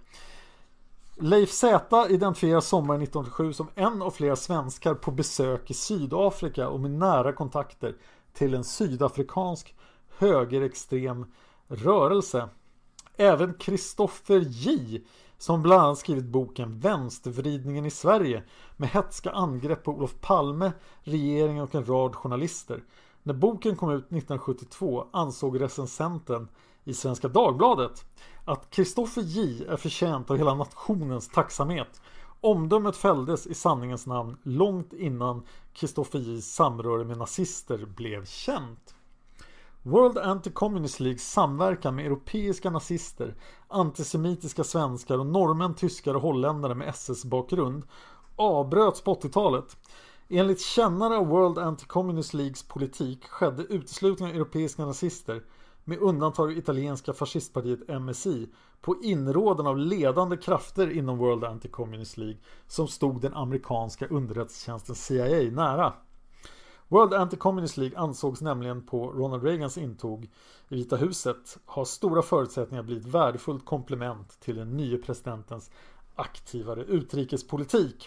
Leif Z identifieras sommaren nittonhundraåttiosju som en av flera svenskar på besök i Sydafrika och med nära kontakter till en sydafrikansk högerextrem rörelse. Även Kristoffer J, som bland annat skrivit boken Vänstervridningen i Sverige med hetska angrepp på Olof Palme, regeringen och en rad journalister. När boken kom ut nittonhundrasjuttiotvå ansåg recensenten i Svenska Dagbladet att Kristoffer J är förtjänt av hela nationens tacksamhet. Omdömet fälldes i sanningens namn långt innan Kristoffer J's samröre med nazister blev känt. World Anti-Communist Leagues samverkan med europeiska nazister, antisemitiska svenskar och norrmän, tyskar och holländare med S S-bakgrund avbröts på åttiotalet. Enligt kännare av World Anti-Communist Leagues politik skedde uteslutning av europeiska nazister, med undantag av italienska fascistpartiet M S I, på inrådan av ledande krafter inom World Anti-Communist League som stod den amerikanska underrättelsetjänsten C I A nära. World Anti-Communist League ansågs nämligen på Ronald Reagans intåg i Vita huset ha stora förutsättningar att bli ett värdefullt komplement till den nya presidentens aktivare utrikespolitik.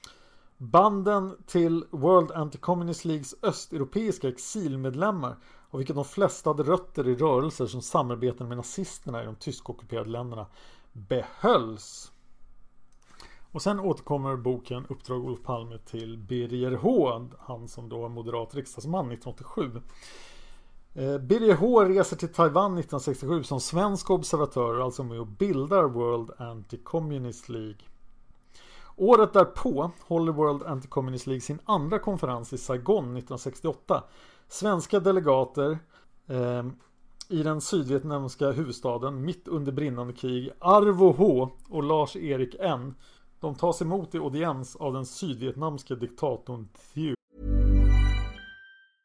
Banden till World Anti-Communist Leagues östeuropeiska exilmedlemmar, av vilka de flesta hade rötter i rörelser som samarbetade med nazisterna i de tyskockuperade länderna, behölls. Och sen återkommer boken Uppdrag Olof Palme till Birger H, han som då var moderat riksdagsman nittonhundraåttiosju. Birger H reser till Taiwan nittonhundrasextiosju som svensk observatör, alltså med och bildar World Anti-Communist League. Året därpå håller World Anti-Communist League sin andra konferens i Saigon nittonhundrasextioåtta. Svenska delegater eh, i den sydvietnamesiska huvudstaden mitt under brinnande krig, Arvo H och Lars-Erik N, de tas emot i audiens av den sydvietnamesiska diktatorn Thieu.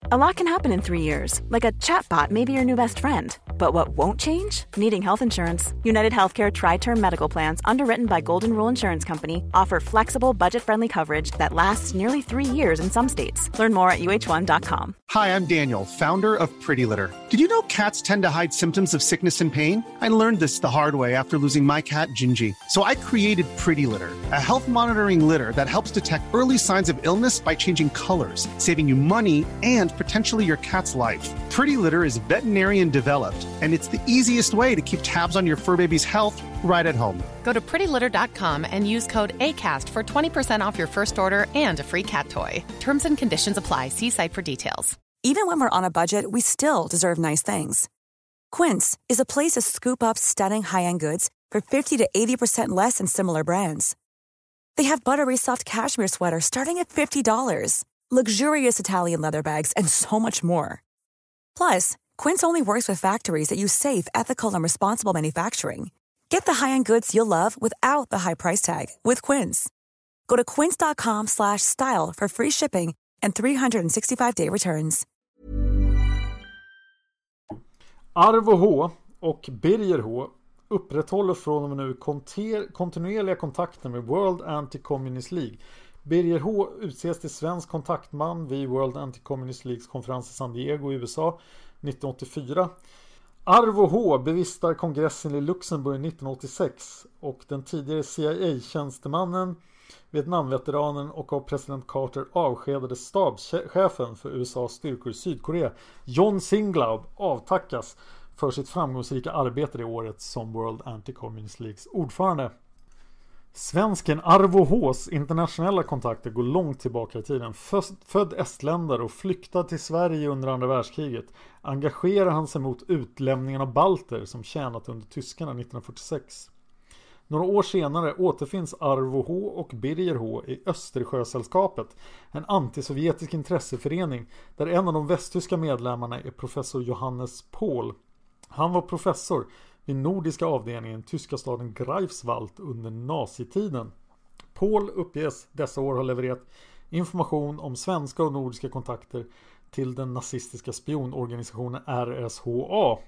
A lot can happen in three years, like a chatbot may be your new best friend. But what won't change? Needing health insurance. United Healthcare Tri-Term Medical Plans, underwritten by Golden Rule Insurance Company, offer flexible, budget-friendly coverage that lasts nearly three years in some states. Learn more at U H one dot com. Hi, I'm Daniel, founder of Pretty Litter. Did you know cats tend to hide symptoms of sickness and pain? I learned this the hard way after losing my cat, Gingy. So I created Pretty Litter, a health monitoring litter that helps detect early signs of illness by changing colors, saving you money and potentially your cat's life. Pretty Litter is veterinarian developed, and it's the easiest way to keep tabs on your fur baby's health right at home. Go to pretty litter dot com and use code ACAST for twenty percent off your first order and a free cat toy. Terms and conditions apply. See site for details. Even when we're on a budget, we still deserve nice things. Quince is a place to scoop up stunning high-end goods for fifty to eighty percent less than similar brands. They have buttery soft cashmere sweaters starting at fifty dollars, luxurious Italian leather bags, and so much more. Plus, Quince only works with factories that use safe, ethical, and responsible manufacturing. Get the high-end goods you'll love without the high price tag with Quince. Go to quince dot com slash style for free shipping and three sixty-five day returns. Arvo H och Birger H upprätthåller från och med nu konter- kontinuerliga kontakter med World Anti-Communist League. Birger H utses till svensk kontaktman vid World Anti-Communist Leagues konferens i San Diego i U S A nittonhundraåttiofyra. Arvo H bevistar kongressen i Luxemburg nittonhundraåttiosex och den tidigare C I A-tjänstemannen, Vietnamveteranen och av president Carter avskedade stabschefen för U S A:s styrkor i Sydkorea, John Singlaub, avtackas för sitt framgångsrika arbete i året som World Anti-Communist Leagues ordförande. Svensken Arvo H's internationella kontakter går långt tillbaka i tiden. Född estländare och flyktad till Sverige under andra världskriget engagerar han sig mot utlämningen av balter som tjänat under tyskarna nittonhundrafyrtiosex. Några år senare återfinns Arvo H och Birger H i Östersjösällskapet, en antisovjetisk intresseförening där en av de västtyska medlemmarna är professor Johannes Pohl. Han var professor vid nordiska avdelningen tyska staden Greifswald under nazitiden. Pohl uppges dessa år ha levererat information om svenska och nordiska kontakter till den nazistiska spionorganisationen R S H A.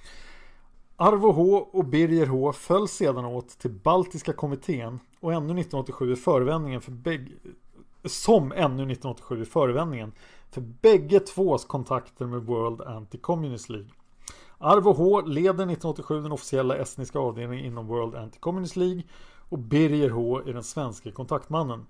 Arvo H och Birger H föll sedan åt till Baltiska kommittén och ännu nittonhundraåttiosju i förevändningen för bägge, som ännu nittonhundraåttiosju i förevändningen för bägge tvås kontakter med World Anti-Communist League. Arvo H leder nittonhundraåttiosju den officiella estniska avdelningen inom World Anti-Communist League och Birger H är den svenska kontaktmannen.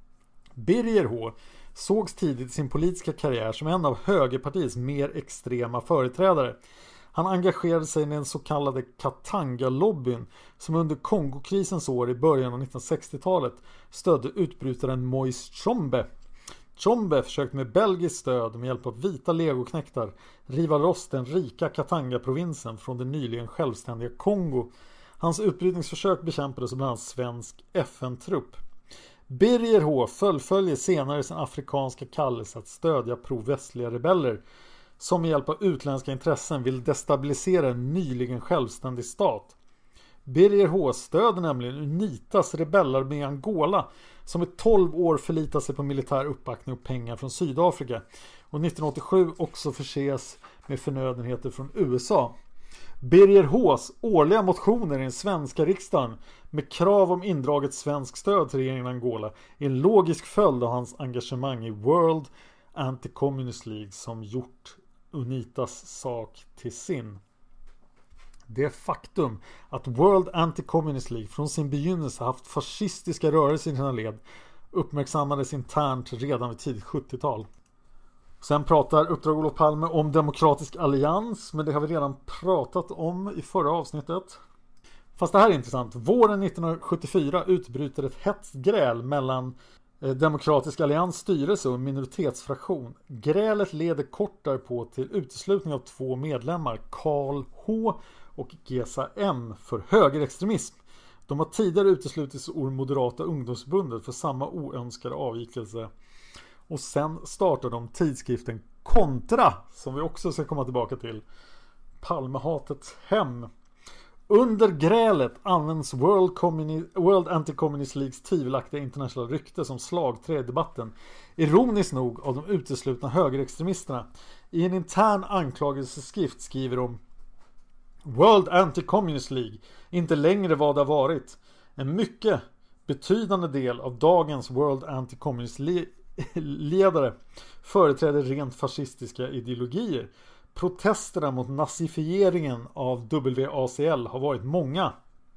Birger H sågs tidigt i sin politiska karriär som en av högerpartiets mer extrema företrädare. Han engagerade sig i den så kallade Katanga-lobbyn som under Kongokrisens år i början av nittonhundrasextiotalet stödde utbrytaren Moise Tshombe. Tshombe försökte med belgiskt stöd med hjälp av vita legoknektar riva loss den rika Katanga-provinsen från det nyligen självständiga Kongo. Hans utbrytningsförsök bekämpades av bland annat svensk F N-trupp. Birger H fullföljer senare sin afrikanska kallelse att stödja pro-västliga rebeller som med hjälp av utländska intressen vill destabilisera en nyligen självständig stat. Birger H stöder nämligen Unitas rebellarmé i Angola som i tolv år förlitar sig på militär uppbackning och pengar från Sydafrika och nittonhundraåttiosju också förses med förnödenheter från U S A. Birger H's årliga motioner i den svenska riksdagen med krav om indraget svensk stöd till regeringen i Angola är en logisk följd av hans engagemang i World Anti-Communist League som gjort Unitas sak till sin. Det faktum att World Anti-Communist League från sin begynnelse haft fascistiska rörelser i sina led uppmärksammades internt redan vid tidigt sjuttiotal. Sen pratar Uppdrag Olof Palme om demokratisk allians, men det har vi redan pratat om i förra avsnittet. Fast det här är intressant. Våren nittonhundrasjuttiofyra utbryter ett hett gräl mellan Demokratisk allians styrelse och minoritetsfraktion. Grälet leder kort därpå till uteslutning av två medlemmar, Karl H och Gesa M, för högerextremism. De har tidigare uteslutits ur Moderata ungdomsförbundet för samma oönskade avvikelse. Och sen startar de tidskriften Kontra, som vi också ska komma tillbaka till. Palmehatets hem. Under grälet används World, Communi- World Anti-Communist Leagues tvivelaktiga internationella rykte som slagträ i debatten. Ironiskt nog av de uteslutna högerextremisterna. I en intern anklagelseskrift skriver de: World Anti-Communist League, inte längre vad det har varit. En mycket betydande del av dagens World Anti-Communist ledare företräder rent fascistiska ideologier. Protesterna mot nazifieringen av W A C L har varit många.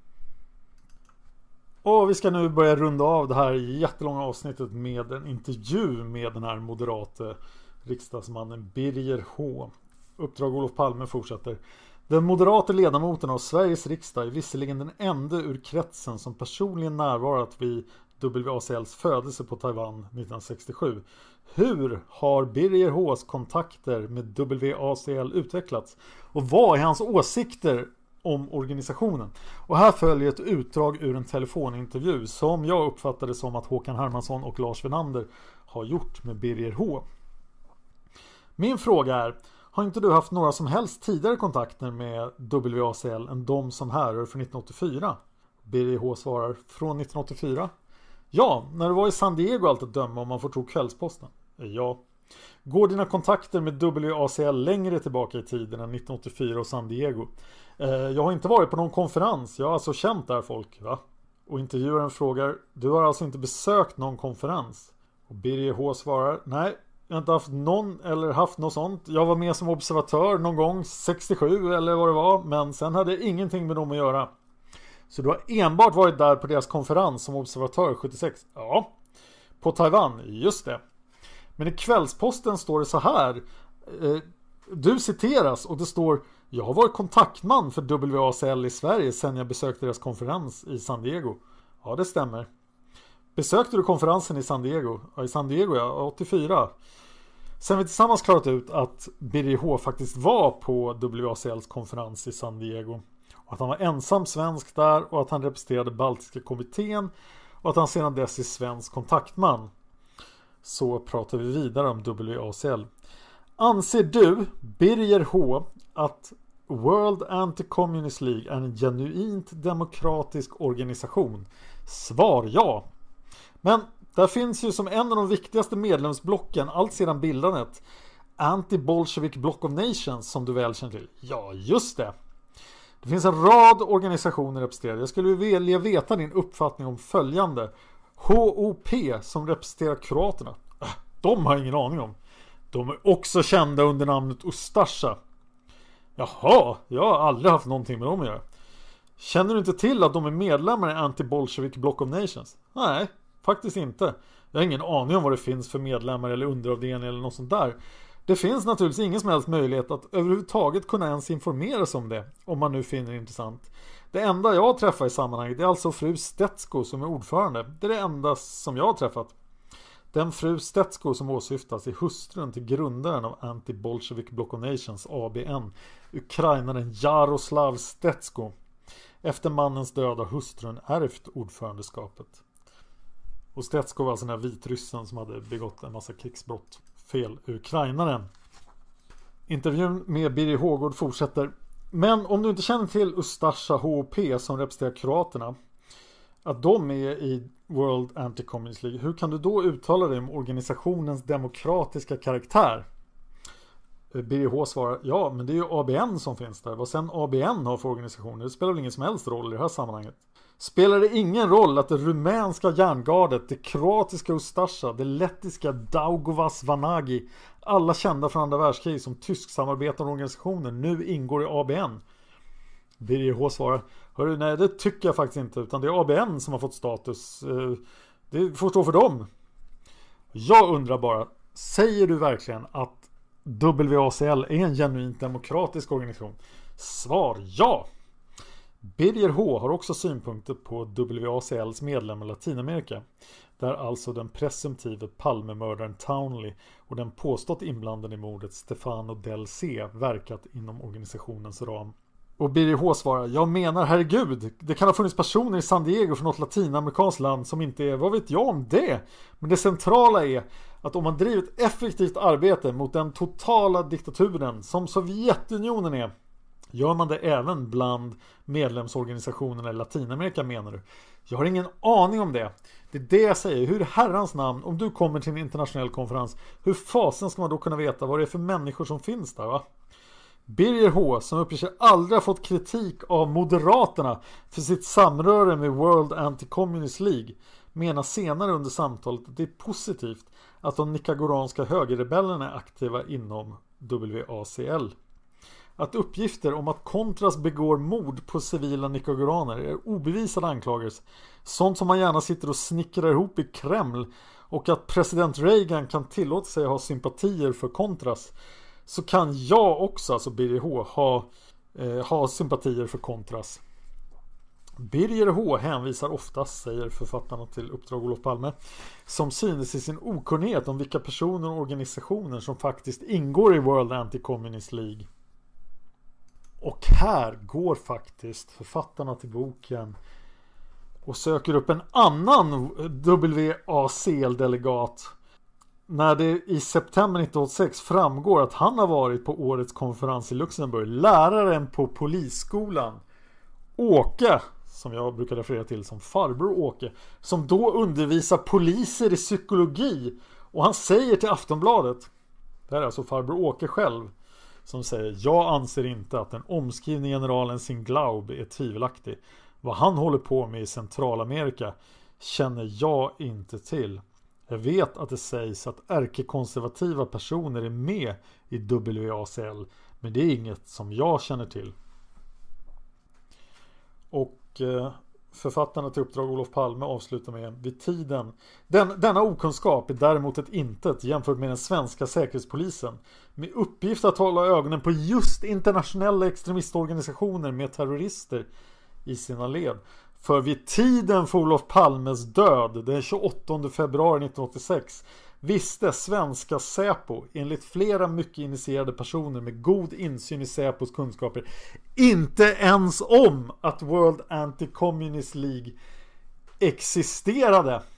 Och vi ska nu börja runda av det här jättelånga avsnittet med en intervju med den här moderate riksdagsmannen Birger H. Uppdrag Olof Palme fortsätter. Den moderate ledamoten av Sveriges riksdag är visserligen den enda ur kretsen som personligen närvarat vid W A C L:s födelse på Taiwan nittonhundrasextiosju. Hur har Birger H:s kontakter med W A C L utvecklats? Och vad är hans åsikter om organisationen? Och här följer ett utdrag ur en telefonintervju som jag uppfattade som att Håkan Hermansson och Lars Wenander har gjort med Birger H. Min fråga är: har inte du haft några som helst tidigare kontakter med W A C L än de som härrör från nittonhundraåttiofyra? Birger H svarar: från nittonhundraåttiofyra? Ja, när du var i San Diego allt att döma om man får tro Kvällsposten. Ja. Går dina kontakter med W A C L längre tillbaka i tiden än nittonhundraåttiofyra och San Diego? Eh, jag har inte varit på någon konferens, jag har alltså känt där folk, va? Och intervjuaren frågar: du har alltså inte besökt någon konferens? Och Birger H svarar: nej, jag har inte haft någon eller haft något sånt. Jag var med som observatör någon gång sextiosju eller vad det var, men sen hade jag ingenting med dem att göra. Så du har enbart varit där på deras konferens som observatör sjuttiosex? Ja. På Taiwan, just det. Men i Kvällsposten står det så här. Eh, du citeras och det står: jag har varit kontaktman för W A C L i Sverige sedan jag besökte deras konferens i San Diego. Ja, det stämmer. Besökte du konferensen i San Diego? Ja, i San Diego, ja, åttiofyra. Sen har vi tillsammans klarat ut att Birger H faktiskt var på W A C L:s konferens i San Diego. Och att han var ensam svensk där och att han representerade Baltiska kommittén och att han sedan dess är svensk kontaktman. Så pratar vi vidare om W A C L. Anser du, Birger H, att World Anti-Communist League är en genuint demokratisk organisation? Svar ja. Men där finns ju som en av de viktigaste medlemsblocken allt sedan bildandet Anti-Bolshevik Block of Nations, som du väl känner till. Ja, just det. Det finns en rad organisationer representerade. Jag skulle vilja veta din uppfattning om följande. H O P, som representerar kroaterna. De har jag ingen aning om. De är också kända under namnet Ustasja. Jaha, jag har aldrig haft någonting med dem att göra. Känner du inte till att de är medlemmar i Anti-Bolshevik Block of Nations? Nej, faktiskt inte. Jag har ingen aning om vad det finns för medlemmar eller underavdelningar eller något sånt där. Det finns naturligtvis ingen som helst möjlighet att överhuvudtaget kunna ens informera sig om det, om man nu finner det intressant. Det enda jag träffar i sammanhanget är alltså fru Stetsko som är ordförande. Det är det enda som jag har träffat. Den fru Stetsko som åsyftas är hustrun till grundaren av Anti-Bolshevik Block of Nations A B N, ukrainaren Jaroslav Stetsko. Efter mannens död har hustrun ärvt ordförandeskapet. Och Stetsko var alltså den här vitryssen som hade begått en massa krigsbrott. Fel ukrainaren. Intervjun med Birger Hågård fortsätter. Men om du inte känner till Ustasja H O P som representerar kroaterna, att de är i World Anti-Communist League, hur kan du då uttala dig om organisationens demokratiska karaktär? Birger H svarar: ja, men det är ju A B N som finns där. Vad sen A B N har för organisationer, det spelar väl ingen som helst roll i det här sammanhanget. Spelar det ingen roll att det rumänska järngardet, det kroatiska Ustasja, det lettiska Daugavas Vanagi, alla kända från andra världskrig som tysk samarbetande organisationer, nu ingår i A B N? Birger H svarar: hörru, nej, det tycker jag faktiskt inte, utan det är A B N som har fått status. Det får stå för dem. Jag undrar bara, säger du verkligen att W A C L är en genuint demokratisk organisation? Svar ja. Birger H har också synpunkter på W A C L:s medlemmar i Latinamerika, där alltså den presumtive Palmemördaren Townley och den påstått inblandade i mordet Stefano Del C verkat inom organisationens ram. Och Birger H svarar: jag menar, herregud, det kan ha funnits personer i San Diego från något latinamerikanskt land som inte är, vad vet jag om det? Men det centrala är att om man driver ett effektivt arbete mot den totala diktaturen som Sovjetunionen är, Gör man det även bland medlemsorganisationerna i Latinamerika, menar du? Jag har ingen aning om det. Det är det jag säger. Hur i herrans namn, om du kommer till en internationell konferens, hur fasen ska man då kunna veta vad det är för människor som finns där, va? Birger H, som uppger sig aldrig ha fått kritik av Moderaterna för sitt samröre med World Anti-Communist League, menar senare under samtalet att det är positivt att de nicaraguanska högerrebellerna är aktiva inom W A C L. Att uppgifter om att Contras begår mord på civila nicaraguaner är obevisade anklagelser, sånt som man gärna sitter och snickrar ihop i Kreml, och att president Reagan kan tillåta sig ha sympatier för Contras, så kan jag också, alltså Birger H, ha, eh, ha sympatier för Contras. Birger H hänvisar ofta, säger författarna till Uppdrag Olof Palme, som synes i sin okunnighet om vilka personer och organisationer som faktiskt ingår i World Anti-Communist League. Och här går faktiskt författarna till boken och söker upp en annan W A C L-delegat när det i september nittonhundraåttiosex framgår att han har varit på årets konferens i Luxemburg. Läraren på polisskolan, Åke, som jag brukar referera till som farbror Åke, som då undervisar poliser i psykologi. Och han säger till Aftonbladet, det här är alltså farbror Åke själv, som säger: jag anser inte att den omskrivna generalen Singlaub är tvivelaktig. Vad han håller på med i Centralamerika känner jag inte till. Jag vet att det sägs att ärkekonservativa personer är med i W A C L, men det är inget som jag känner till. Och eh, författarna till Uppdrag Olof Palme avslutar med: vid tiden. Den, denna okunskap är däremot ett intet jämfört med den svenska säkerhetspolisen, med uppgift att hålla ögonen på just internationella extremistorganisationer med terrorister i sina led. För vid tiden för Olof Palmes död den tjugoåttonde februari nittonhundraåttiosex visste svenska Säpo, enligt flera mycket initierade personer med god insyn i Säpos kunskaper, inte ens om att World Anti-Communist League existerade.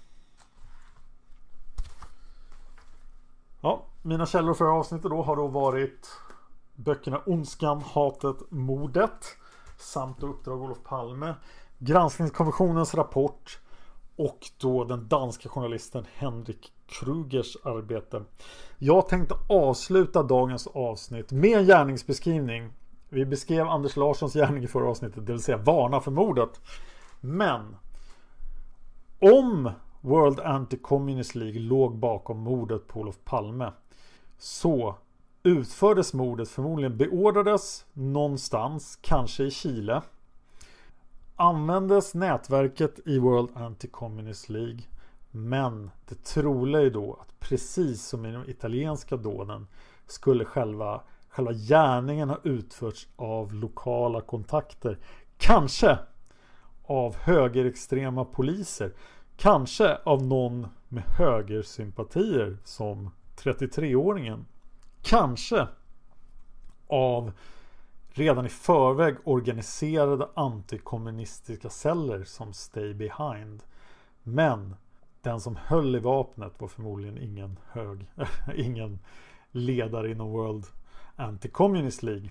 Ja, mina källor för avsnittet då har då varit böckerna Ondskan, hatet, mordet samt Uppdrag Olof Palme, Granskningskommissionens rapport och då den danska journalisten Henrik Krugers arbete. Jag tänkte avsluta dagens avsnitt med en gärningsbeskrivning. Vi beskrev Anders Larssons gärning i förra avsnittet, det vill säga varna för mordet. Men om World Anti-Communist League låg bakom mordet på Olof Palme, så utfördes mordet förmodligen, beordrades någonstans, kanske i Chile. Användes nätverket i World Anti-Communist League, men det troliga är då att precis som i de italienska dåden skulle själva, själva gärningen ha utförts av lokala kontakter, kanske av högerextrema poliser, kanske av någon med högersympatier som trettiotre-åringen, kanske av redan i förväg organiserade antikommunistiska celler som Stay Behind. Men den som höll i vapnet var förmodligen ingen hög ingen ledare inom World Anti-Communist League.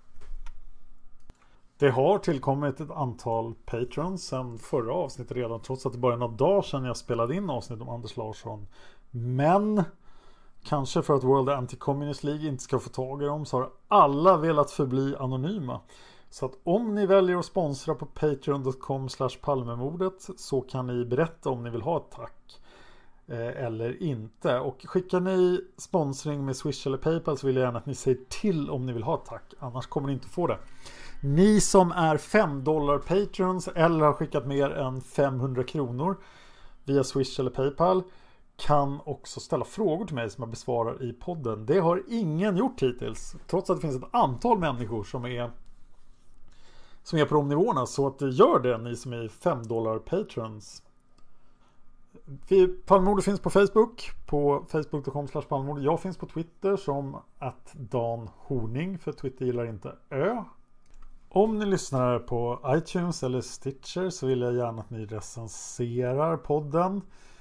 Det har tillkommit ett antal patrons sedan förra avsnittet redan, trots att det bara är några dagar sedan jag spelade in avsnitt om Anders Larsson. Men kanske för att World Anti-Communist League inte ska få tag i dem, så har alla velat förbli anonyma. Så att om ni väljer att sponsra på patreon dot com slash palmemordet, så kan ni berätta om ni vill ha ett tack eh, eller inte. Och skickar ni sponsring med Swish eller Paypal, så vill jag gärna att ni säger till om ni vill ha ett tack. Annars kommer ni inte få det. Ni som är fem dollar patrons eller har skickat mer än femhundra kronor via Swish eller Paypal kan också ställa frågor till mig som jag besvarar i podden. Det har ingen gjort hittills, trots att det finns ett antal människor som är som är på de nivåerna. Så att gör det, ni som är fem dollar patrons. Palmemordet finns på Facebook, på facebook dot com slash palmemordet. Jag finns på Twitter som att Dan Horning, för Twitter gillar inte ö. Om ni lyssnar på iTunes eller Stitcher, så vill jag gärna att ni recenserar podden.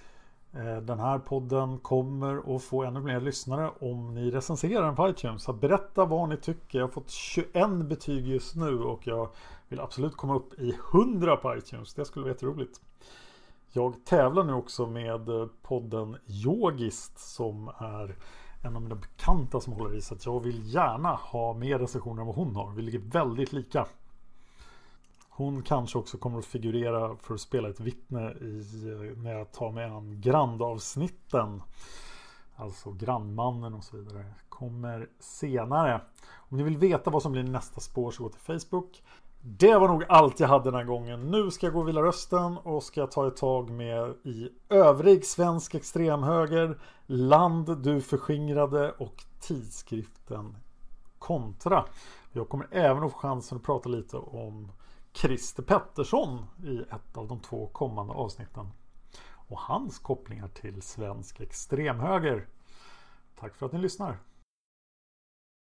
Den här podden kommer att få ännu mer lyssnare om ni recenserar den på iTunes. Så berätta vad ni tycker. Jag har fått tjugoett betyg just nu och jag vill absolut komma upp i hundra på iTunes. Det skulle vara jätteroligt. Jag tävlar nu också med podden Yogist som är en av mina bekanta som håller i, så att jag vill gärna ha mer recensioner än vad hon har. Vi ligger väldigt lika. Hon kanske också kommer att figurera för att spela ett vittne i, när jag tar med en grandavsnitten. Alltså grannmannen och så vidare. Kommer senare. Om ni vill veta vad som blir nästa spår så gå till Facebook. Det var nog allt jag hade den här gången. Nu ska jag gå och vila rösten och ska ta ett tag med i övrig svensk extremhöger, Land du förskingrade och tidskriften Kontra. Jag kommer även att få chansen att prata lite om Christer Pettersson i ett av de två kommande avsnitten och hans kopplingar till svensk extremhöger. Tack för att ni lyssnar.